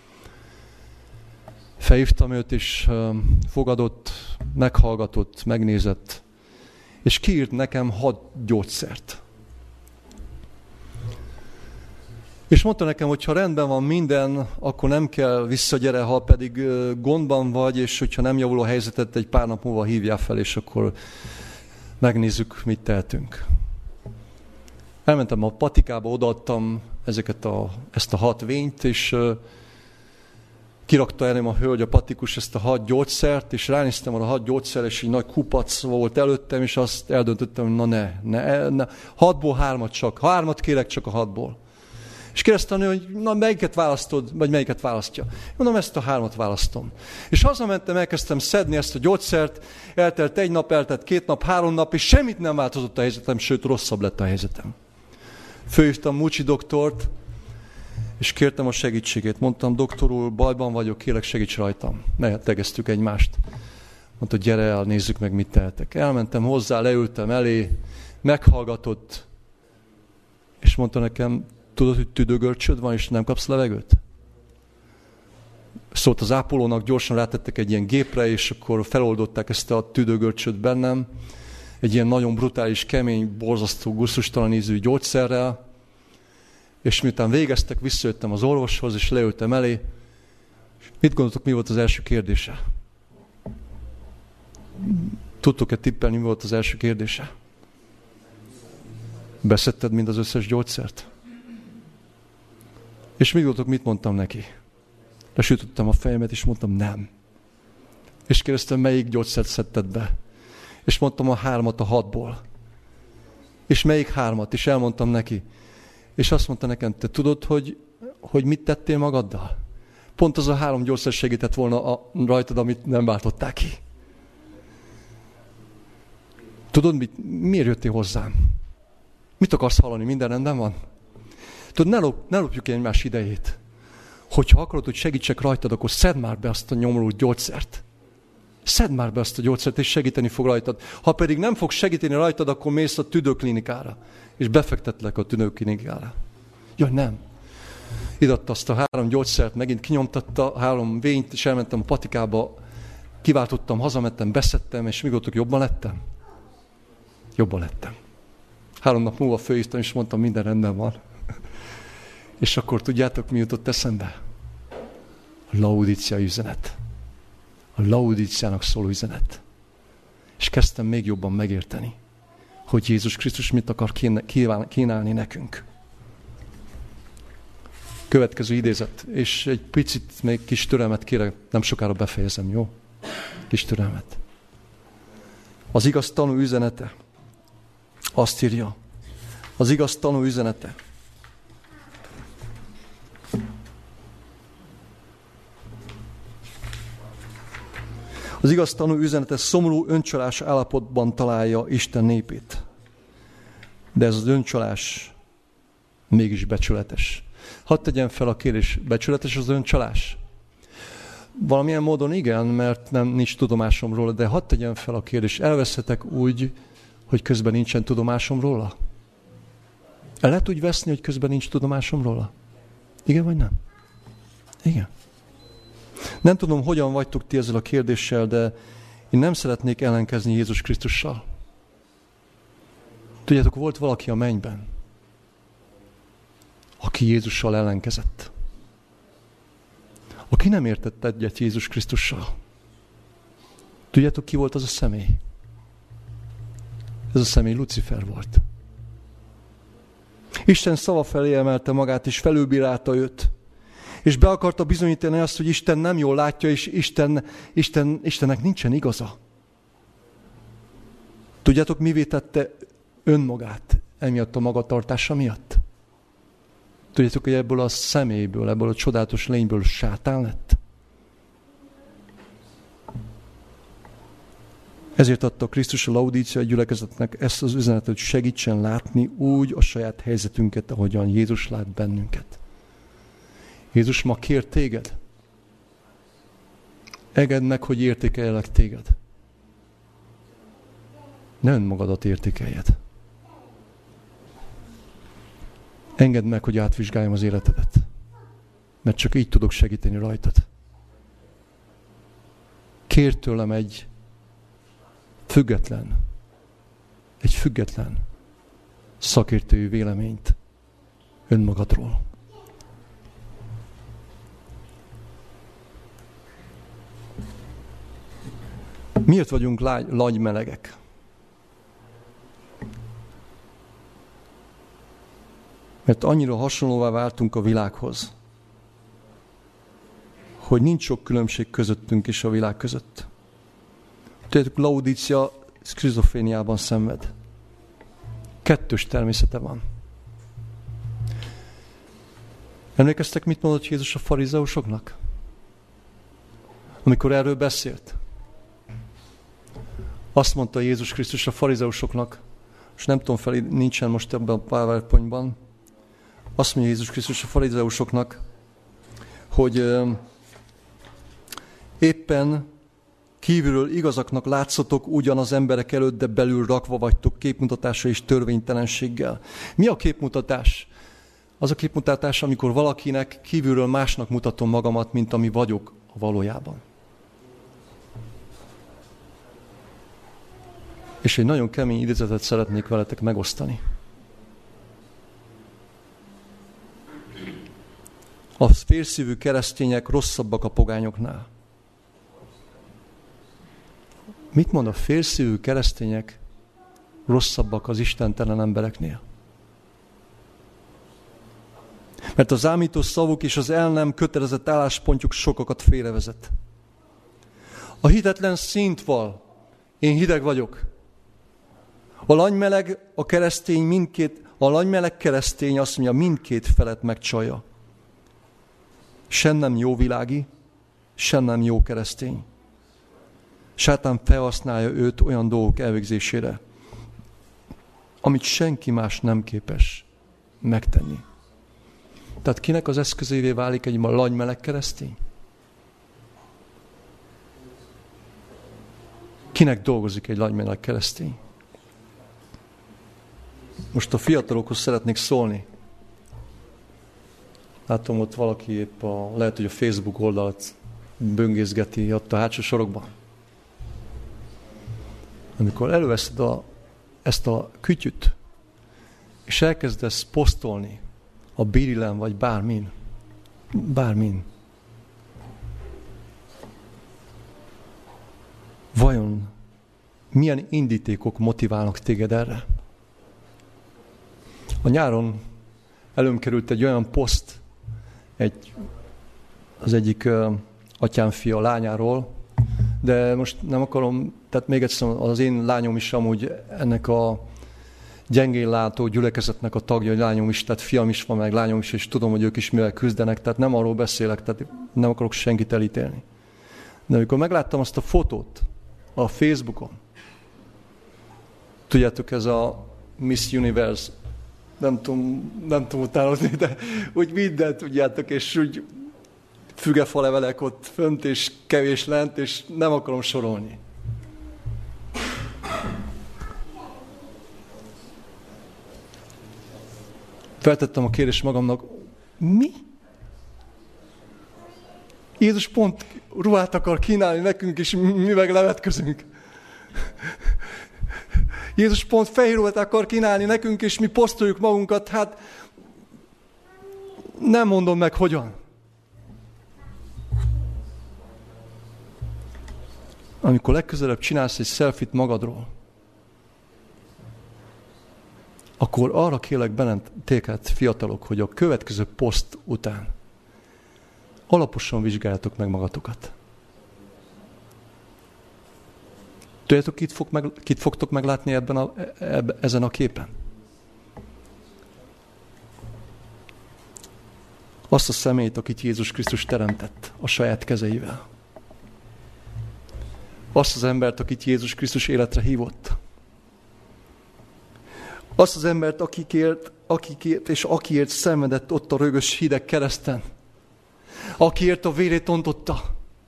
Felhívtam őt, és fogadott, meghallgatott, megnézett, és kiírt nekem hat gyógyszert. És mondta nekem, hogy ha rendben van minden, akkor nem kell visszagyere, ha pedig gondban vagy, és hogyha nem javul a helyzetet, egy pár nap múlva hívjál fel, és akkor megnézzük, mit tehetünk. Elmentem a patikába, odaadtam ezeket a, ezt a hat vényt, és uh, kirakta elém a hölgy, a patikus ezt a hat gyógyszert, és ránéztem arra a hat gyógyszer, és egy nagy kupac volt előttem, és azt eldöntöttem, hogy na ne, ne, ne hatból hármat csak, ha hármat kérek, csak a hatból. És kérdeztem, hogy na melyiket választod, vagy melyiket választja. Mondom, ezt a hármat választom. És hazamentem, elkezdtem szedni ezt a gyógyszert, eltelt egy nap, eltelt két nap, három nap, és semmit nem változott a helyzetem, sőt rosszabb lett a helyzetem. Fölhívtam Mucsi doktort, és kértem a segítségét. Mondtam, doktor úr, bajban vagyok, kérlek segíts rajtam. Megtegeztük egymást. Mondta, gyere el, nézzük meg, mit tehetek. Elmentem hozzá, leültem elé, meghallgatott, és mondta nekem, tudod, hogy tüdőgörcsöd van, és nem kapsz levegőt? Szólt az ápolónak, gyorsan rátettek egy ilyen gépre, és akkor feloldották ezt a tüdőgörcsöt bennem, egy ilyen nagyon brutális, kemény, borzasztó, gusztustalan ízű gyógyszerrel, és miután végeztek, visszajöttem az orvoshoz, és leültem elé. Mit gondoltok, mi volt az első kérdése? Tudtok-e tippelni, mi volt az első kérdése? Beszedted mind az összes gyógyszert? És mit gondoltok, mit mondtam neki? Lesütöttem a fejemet, és mondtam, nem. És kérdeztem, melyik gyógyszert szedted be? És mondtam a hármat a hatból. És melyik hármat? És elmondtam neki. És azt mondta nekem, te tudod, hogy, hogy mit tettél magaddal? Pont az a három gyógyszer segített volna a, rajtad, amit nem váltották ki. Tudod, mit, miért jöttél hozzám? Mit akarsz hallani? Minden rendben van? Tudod, ne, lop, ne lopjuk egymás idejét. Hogyha akarod, hogy segítsek rajtad, akkor szedd már be azt a nyomorult gyógyszert. Szedd már be azt a gyógyszert, és segíteni fog rajtad. Ha pedig nem fog segíteni rajtad, akkor mész a tüdőklinikára, és befektetlek a tüdőklinikára. Jaj, nem. Idatta azt a három gyógyszert, megint kinyomtatta három vényt, és elmentem a patikába, kiváltottam, hazamentem, beszedtem, és mi gondoltok, jobban lettem? Jobban lettem. Három nap múlva fölhívtam, és mondtam, minden rendben van. És akkor tudjátok, mi jutott eszembe? A Laodícia üzenet. A Laodíciának szóló üzenet. És kezdtem még jobban megérteni, hogy Jézus Krisztus mit akar kínálni nekünk. Következő idézet, és egy picit még kis türelmet kérek, nem sokára befejezem, jó? Kis türelmet. Az igaz tanú üzenete, azt írja, az igaz tanú üzenete. Az igaz tanú üzenete szomorú öncsalás állapotban találja Isten népét. De ez az öncsalás mégis becsületes. Hadd tegyem fel a kérdés, becsületes az öncsalás? Valamilyen módon igen, mert nem nincs tudomásom róla, de hadd tegyem fel a kérdés, elveszhetek úgy, hogy közben nincsen tudomásom róla? El lehet úgy veszni, hogy közben nincs tudomásom róla? Igen vagy nem? Igen. Nem tudom, hogyan vagytok ti ezzel a kérdéssel, de én nem szeretnék ellenkezni Jézus Krisztussal. Tudjátok, volt valaki a mennyben, aki Jézussal ellenkezett. Aki nem értett egyet Jézus Krisztussal. Tudjátok, ki volt az a személy? Ez a személy Lucifer volt. Isten szava felé emelte magát, és felülbírálta őt. És be akarta bizonyítani azt, hogy Isten nem jól látja, és Isten, Isten, Istennek nincsen igaza. Tudjátok, mivé tette önmagát emiatt a magatartása miatt? Tudjátok, hogy ebből a személyből, ebből a csodálatos lényből sátán lett? Ezért adta Krisztus a Laudícia gyülekezetnek ezt az üzenetet, hogy segítsen látni úgy a saját helyzetünket, ahogyan Jézus lát bennünket. Jézus ma kér téged. Engedd meg, hogy értékeljelek téged. Ne önmagadat értékeljed. Engedd meg, hogy átvizsgáljam az életedet. Mert csak így tudok segíteni rajtad. Kérj tőlem egy független, egy független szakértői véleményt önmagadról. Miért vagyunk lágy, lagy melegek? Mert annyira hasonlóvá váltunk a világhoz, hogy nincs sok különbség közöttünk és a világ között. Tudjátok, Laudícia szkizofréniában szenved. Kettős természete van. Emlékeztek, mit mondott Jézus a farizeusoknak? Amikor erről beszélt. Azt mondta Jézus Krisztus a farizeusoknak, és nem tudom fel, nincsen most ebben a PowerPointban, azt mondja Jézus Krisztus a farizeusoknak, hogy euh, éppen kívülről igazaknak látszatok ugyan az emberek előtt, de belül rakva vagytok képmutatásra és törvénytelenséggel. Mi a képmutatás? Az a képmutatás, amikor valakinek kívülről másnak mutatom magamat, mint ami vagyok a valójában. És egy nagyon kemény idézetet szeretnék veletek megosztani. A félszívű keresztények rosszabbak a pogányoknál. Mit mond a félszívű keresztények rosszabbak az istentelen embereknél? Mert az ámító szavuk és az el nem kötelezett álláspontjuk sokakat félrevezet. A hitetlen szint val, én hideg vagyok. A lanymeleg, a keresztény mindkét, a lanymeleg keresztény azt mondja, mindkét felet megcsalja. Sem nem jó világi, sem nem jó keresztény. Sátán felhasználja őt olyan dolgok elvégzésére, amit senki más nem képes megtenni. Tehát kinek az eszközévé válik egy lanymeleg keresztény? Kinek dolgozik egy lanymeleg keresztény? Most a fiatalokhoz szeretnék szólni. Látom, ott valaki épp a, lehet, hogy a Facebook oldalt böngészgeti ott a hátsó sorokban. Amikor előveszed a, ezt a kütyüt, és elkezdesz posztolni a birilen, vagy bármin, bármin, vajon milyen indítékok motiválnak téged erre? A nyáron előm került egy olyan poszt egy, az egyik uh, atyám fia lányáról, de most nem akarom, tehát még egyszer, az én lányom is amúgy ennek a gyengén látó gyülekezetnek a tagja, hogy lányom is, tehát fiam is van, meg lányom is, és tudom, hogy ők is mivel küzdenek, tehát nem arról beszélek, tehát nem akarok senkit elítélni. De amikor megláttam azt a fotót a Facebookon, tudjátok, ez a Miss Universe, nem tudom, nem tudom utánozni, de úgy mindent tudjátok, és úgy fügefalevelek ott fönt, és kevés lent, és nem akarom sorolni. Feltettem a kérdést magamnak, mi? Jézus pont ruhát akar kínálni nekünk, és mi meg levetközünk. Jézus pont fehér ruhát akar kínálni nekünk, és mi posztoljuk magunkat. Hát nem mondom meg, hogyan. Amikor legközelebb csinálsz egy selfit magadról, akkor arra kérlek benneteket, fiatalok, hogy a következő poszt után alaposan vizsgáljátok meg magatokat. Tudjátok, kit, fog meg, kit fogtok meglátni ebben a, ebben, ezen a képen? Azt a személyt, akit Jézus Krisztus teremtett a saját kezeivel. Azt az embert, akit Jézus Krisztus életre hívott. Azt az embert, akikért, akikért és akiért szenvedett ott a rögös hideg kereszten. Akiért a vérét ontotta.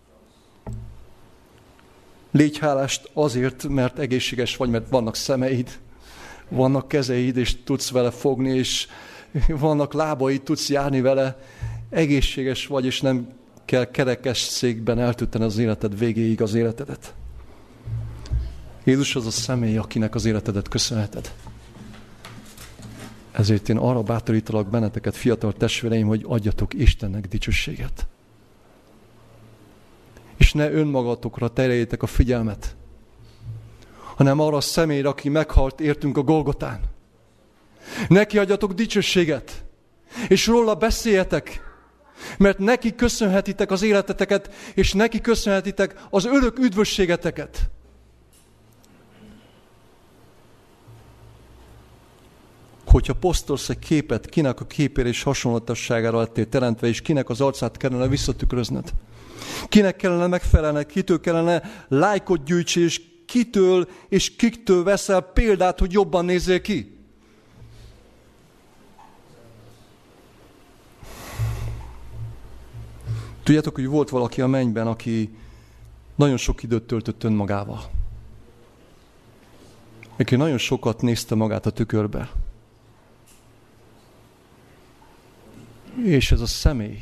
Légy hálást azért, mert egészséges vagy, mert vannak szemeid, vannak kezeid, és tudsz vele fogni, és vannak lábaid, tudsz járni vele. Egészséges vagy, és nem kell kerekes székben eltölteni az életed végéig az életedet. Jézus az a személy, akinek az életedet köszönheted. Ezért én arra bátorítalak benneteket, fiatal testvéreim, hogy adjatok Istennek dicsőséget. És ne önmagatokra tereljétek a figyelmet, hanem arra a személyre, aki meghalt értünk a Golgotán. Neki adjatok dicsőséget, és róla beszéljetek, mert neki köszönhetitek az életeteket, és neki köszönhetitek az örök üdvösségeteket. Hogyha posztolsz egy képet, kinek a képére és hasonlatosságára lettél teremtve, és kinek az arcát kellene visszatükröznöd. Kinek kellene megfelelned, kitől kellene lájkot gyűjtsi, és kitől és kiktől veszel példát, hogy jobban nézzél ki. Tudjátok, hogy volt valaki a mennyben, aki nagyon sok időt töltött önmagával. Aki nagyon sokat nézte magát a tükörbe. És ez a személy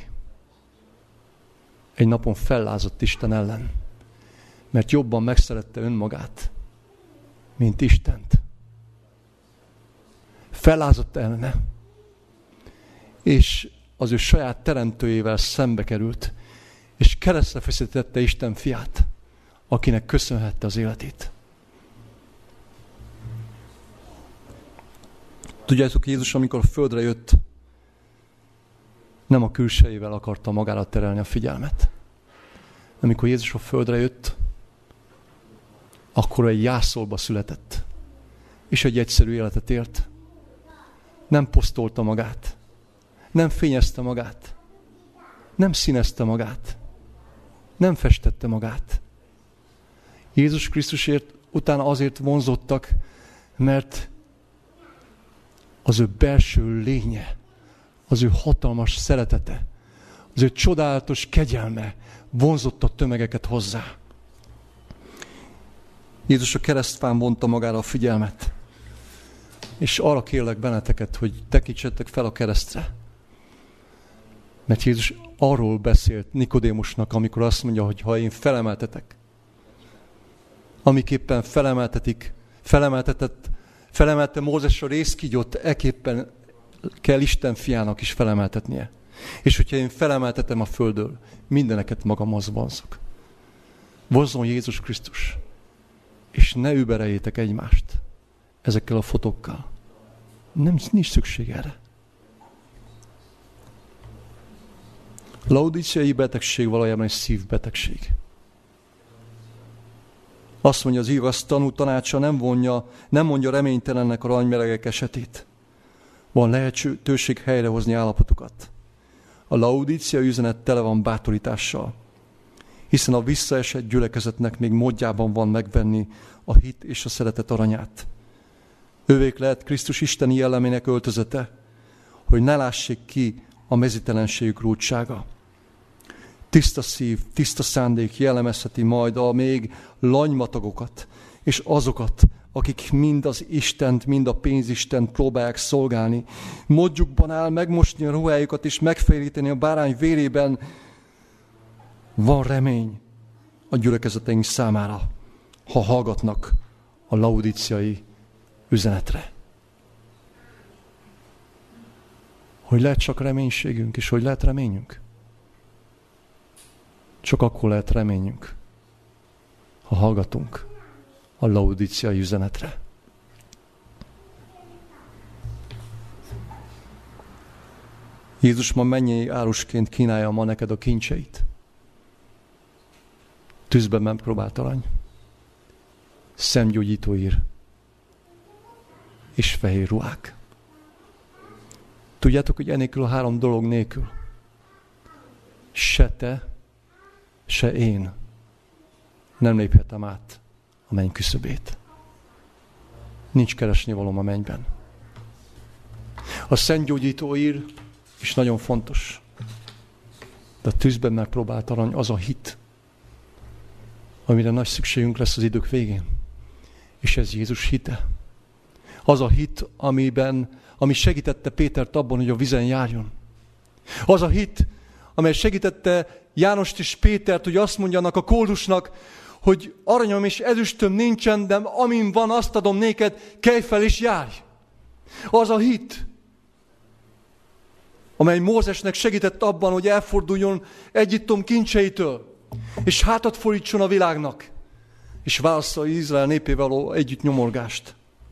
egy napon fellázadt Isten ellen, mert jobban megszerette önmagát, mint Istent. Fellázadt ellene, és az ő saját teremtőjével szembe került, és keresztre feszítette Isten fiát, akinek köszönhette az életét. Tudjátok, Jézus, amikor a földre jött, nem a külsejével akarta magára terelni a figyelmet. Amikor Jézus a földre jött, akkor egy jászolba született, és egy egyszerű életet élt. Nem posztolta magát, nem fényezte magát, nem színezte magát, nem festette magát. Jézus Krisztusért utána azért vonzottak, mert az ő belső lénye, az ő hatalmas szeretete, az ő csodálatos kegyelme vonzotta a tömegeket hozzá. Jézus a keresztfán vonta magára a figyelmet, és arra kérlek benneteket, hogy tekintsetek fel a keresztre. Mert Jézus arról beszélt Nikodémusnak, amikor azt mondja, hogy ha én felemeltetek, amiképpen felemeltetik, felemeltetett, felemelte Mózes a rézkígyót, ekképpen kell Isten fiának is felemeltetnie. És hogyha én felemeltetem a földről, mindeneket magamhoz vonzok. Vonzon Jézus Krisztus. És ne übereljétek egymást ezekkel a fotókkal. Nem, nincs szükség erre. Laodíceai betegség valójában egy szívbetegség. Azt mondja az igaz tanú tanácsa, nem, vonja, nem mondja reménytelennek a aranymelegek esetét. Van lehetőség helyrehozni állapotukat. A Laodícia üzenet tele van bátorítással, hiszen a visszaesett gyülekezetnek még módjában van megvenni a hit és a szeretet aranyát. Ővék lehet Krisztus isteni jellemének öltözete, hogy ne lássék ki a mezítelenségük rúdsága. Tiszta szív, tiszta szándék jellemezheti majd a még lanymatagokat, és azokat, akik mind az Istent, mind a pénzistent próbálják szolgálni. Módjukban áll megmosni a ruhájukat és megfehéríteni a bárány vérében Van remény a gyülekezeteink számára, ha hallgatnak a laudíciai üzenetre. Hogy lehet csak reménységünk, és hogy lehet reményünk? Csak akkor lehet reményünk, ha hallgatunk a laudíciai üzenetre. Jézus ma mennyei árusként kínálja ma neked a kincseit. Tűzben megpróbált arany, szemgyógyító ír és fehér ruhák. Tudjátok, hogy enélkül a három dolog nélkül se te, se én nem léphetem át a menny küszöbét. Nincs keresnivalóm a mennyben. A szentgyógyító ír is nagyon fontos. De a tűzben megpróbált arany az a hit, amire nagy szükségünk lesz az idők végén. És ez Jézus hite. Az a hit, amiben, ami segítette Pétert abban, hogy a vízen járjon. Az a hit, amely segítette Jánost és Pétert, hogy azt mondjanak a koldusnak, hogy aranyom és ezüstöm nincsen, de amin van, azt adom néked, kelj fel és járj. Az a hit, amely Mózesnek segített abban, hogy elforduljon Egyiptom kincseitől, és hátat fordítson a világnak, és válassza Izrael népével való együtt nyomorgást.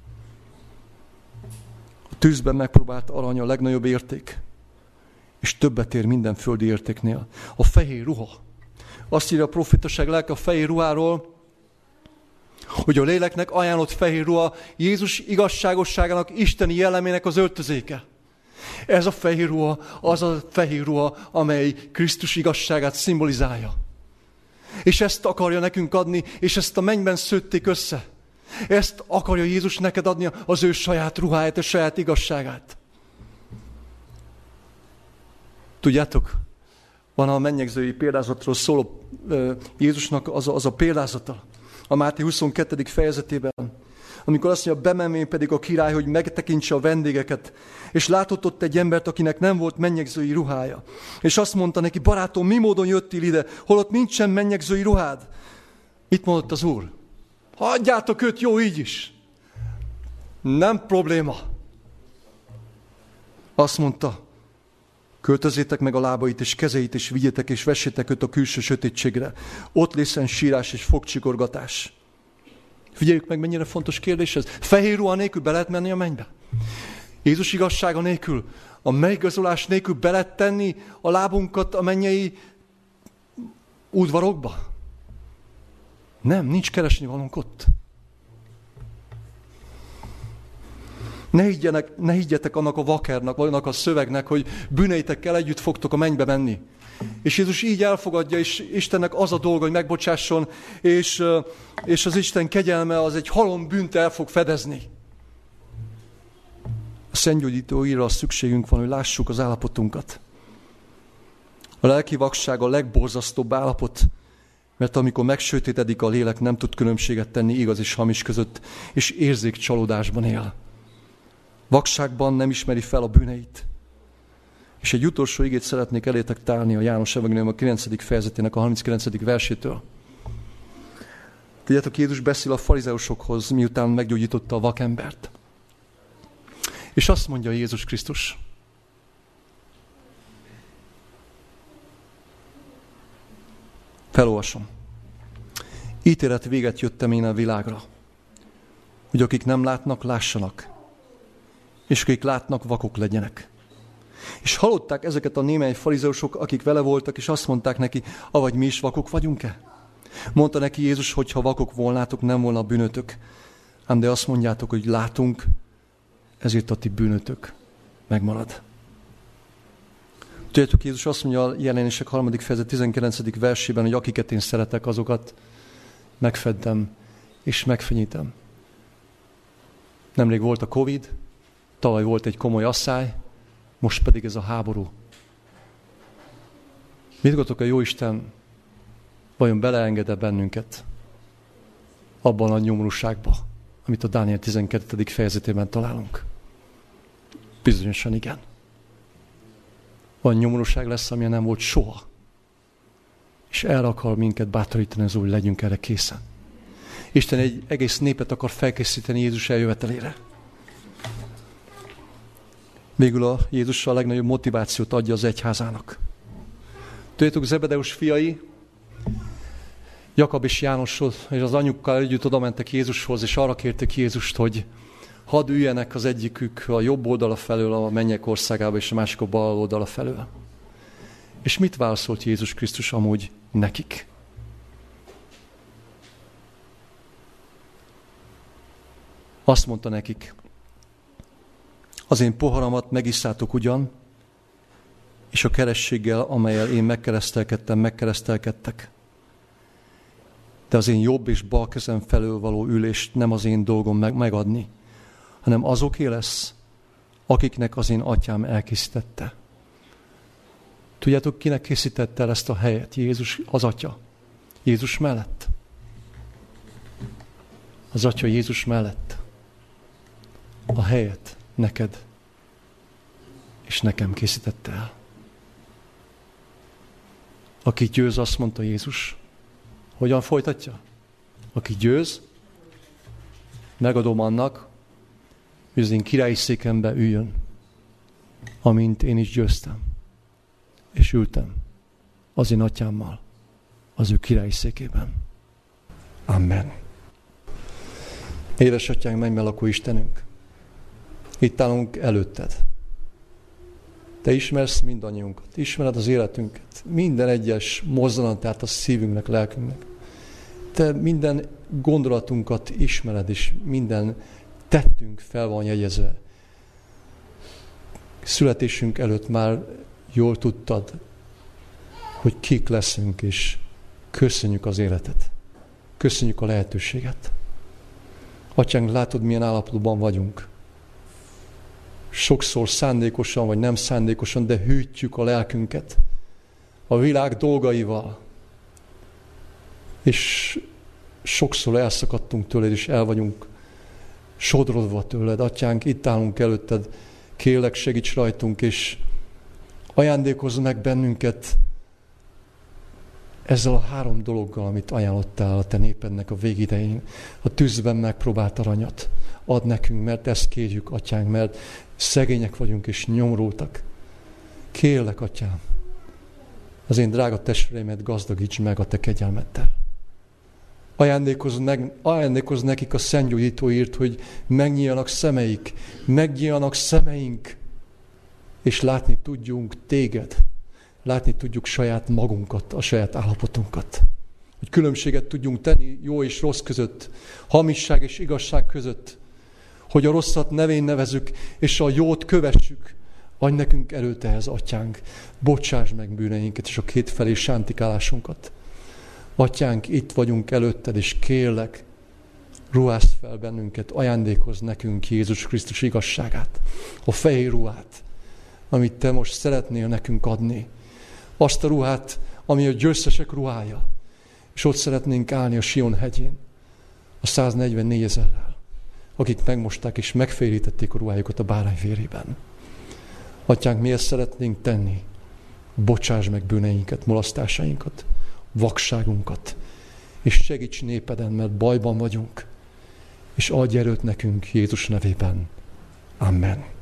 A tűzben megpróbált arany a legnagyobb érték, és többet ér minden földi értéknél. A fehér ruha. Azt írja a profétaság lelke a fehér ruháról, hogy a léleknek ajánlott fehér ruha Jézus igazságosságának, isteni jellemének az öltözéke. Ez a fehér ruha, az a fehér ruha, amely Krisztus igazságát szimbolizálja. És ezt akarja nekünk adni, és ezt a mennyben szőtték össze. Ezt akarja Jézus neked adni, az ő saját ruháját, a saját igazságát. Tudjátok, van a mennyegzői példázatról szóló Jézusnak az a, az a példázata, a Máté huszonkettő fejezetében, amikor azt mondja, bemenvén pedig a király, hogy megtekintse a vendégeket, és látott ott egy embert, akinek nem volt mennyegzői ruhája. És azt mondta neki, barátom, mi módon jöttél ide, holott nincsen mennyegzői ruhád? Mit mondott az Úr? Hagyjátok őt, jó így is. Nem probléma. Azt mondta, költözzétek meg a lábait és kezeit, és vigyétek és vessétek őt a külső sötétségre. Ott lészen sírás és fogcsikorgatás. Figyeljük meg, mennyire fontos kérdés ez. Fehér ruha nélkül be lehet menni a mennybe? Jézus igazsága nélkül, a megigazolás nélkül be lehet tenni a lábunkat a mennyei udvarokba? Nem, nincs keresni valónk ott. Ne, higgyenek, ne higgyetek annak a vakernak, vagy annak a szövegnek, hogy bűneitekkel együtt fogtok a mennybe menni. És Jézus így elfogadja, és Istennek az a dolga, hogy megbocsásson, és, és az Isten kegyelme az egy halom bűnt el fog fedezni. A szentgyógyító írra szükségünk van, hogy lássuk az állapotunkat. A lelki vakság a legborzasztóbb állapot, mert amikor megsötétedik a lélek, nem tud különbséget tenni igaz és hamis között, és érzékcsalódásban él. Vakságban nem ismeri fel a bűneit. És egy utolsó igét szeretnék elétek tárni a János evangélium a kilencedik fejezetének a harminckilencedik versétől. Tudjátok, Jézus beszél a farizeusokhoz, miután meggyógyította a vakembert. És azt mondja Jézus Krisztus, felolvasom. Ítélet véget jöttem én a világra, hogy akik nem látnak, lássanak, és akik látnak, vakok legyenek. És hallották ezeket a némely farizeusok, akik vele voltak, és azt mondták neki, avagy mi is vakok vagyunk-e? Mondta neki Jézus, hogy ha vakok volnátok, nem volna bűnötök. Ám de azt mondjátok, hogy látunk, ezért a ti bűnötök megmarad. Tudjátok, Jézus azt mondja a Jelenések harmadik fejezet tizenkilencedik versében, hogy akiket én szeretek, azokat megfeddem és megfenyítem. Nemrég volt a Covid, tavaly volt egy komoly asszály, most pedig ez a háború. Mit gondoltok, a Jóisten vajon beleenged-e bennünket abban a nyomorúságba, amit a Dániel tizenkettedik fejezetében találunk? Bizonyosan igen. Van nyomorúság lesz, amilyen nem volt soha. És és erre akar minket bátorítani az Úr, hogy legyünk erre készen. Isten egy egész népet akar felkészíteni Jézus eljövetelére. Végül a Jézus a legnagyobb motivációt adja az egyházának. Tudjátok, Zebedeus fiai, Jakab és Jánoshoz, és az anyukkal együtt oda mentek Jézushoz, és arra kértek Jézust, hogy hadd üljenek az egyikük a jobb oldala felől a mennyek országába, és a másik a bal oldala felől. És mit válaszolt Jézus Krisztus amúgy nekik? Azt mondta nekik, az én poharamat megisszátok ugyan, és a kerességgel, amellyel én megkeresztelkedtem, megkeresztelkedtek. De az én jobb és bal kezem felől való ülést nem az én dolgom meg, megadni, hanem azoké lesz, akiknek az én atyám elkészítette. Tudjátok, kinek készítette el ezt a helyet? Jézus, az atya. Jézus mellett. Az atya Jézus mellett. A helyet neked és nekem készítette el. Aki győz, azt mondta Jézus. Hogyan folytatja? Aki győz, megadom annak, hogy az én királyi székembe üljön, amint én is győztem. És ültem az én atyámmal az ő királyi székében. Amen. Édesatyánk, mennyben lakó Istenünk, itt állunk előtted. Te ismersz mindannyiunkat, ismered az életünket, minden egyes mozzanatát a szívünknek, lelkünknek. Te minden gondolatunkat ismered, és minden tettünk fel van jegyezve. Születésünk előtt már jól tudtad, hogy kik leszünk, és köszönjük az életet. Köszönjük a lehetőséget. Atyánk, látod, milyen állapotban vagyunk. Sokszor szándékosan, vagy nem szándékosan, de hűtjük a lelkünket a világ dolgaival. És sokszor elszakadtunk tőled, és el vagyunk sodrodva tőled. Atyánk, itt állunk előtted, kérlek, segíts rajtunk, és ajándékozz meg bennünket ezzel a három dologgal, amit ajánlottál a te népednek a végidején. A tűzben megpróbált aranyat ad nekünk, mert ezt kérjük, atyánk, mert szegények vagyunk és nyomorultak. Kérlek, atyám, az én drága testvéreimet gazdagíts meg a te kegyelmeddel. Ajándékozz, meg, ajándékozz nekik a szentgyógyítóért, hogy megnyíljanak szemeik, megnyíljanak szemeink, és látni tudjunk téged. Látni tudjuk saját magunkat, a saját állapotunkat. Hogy különbséget tudjunk tenni jó és rossz között, hamisság és igazság között. Hogy a rosszat nevén nevezzük, és a jót kövessük. Adj nekünk erőt ehhez, atyánk. Bocsáss meg bűneinket, és a kétfelé sántikálásunkat. Atyánk, itt vagyunk előtted, és kérlek, ruházd fel bennünket, ajándékozz nekünk Jézus Krisztus igazságát, a fehér ruhát, amit te most szeretnél nekünk adni. Azt a ruhát, ami a győztesek ruhája. És ott szeretnénk állni a Sion hegyén, a száznegyvennégy ezerrel, akik megmosták és megférítették a ruhájukat a bárány vérében. Atyánk, mi ezt szeretnénk tenni? Bocsáss meg bűneinket, mulasztásainkat, vakságunkat, és segíts népeden, mert bajban vagyunk, és adj erőt nekünk Jézus nevében. Amen.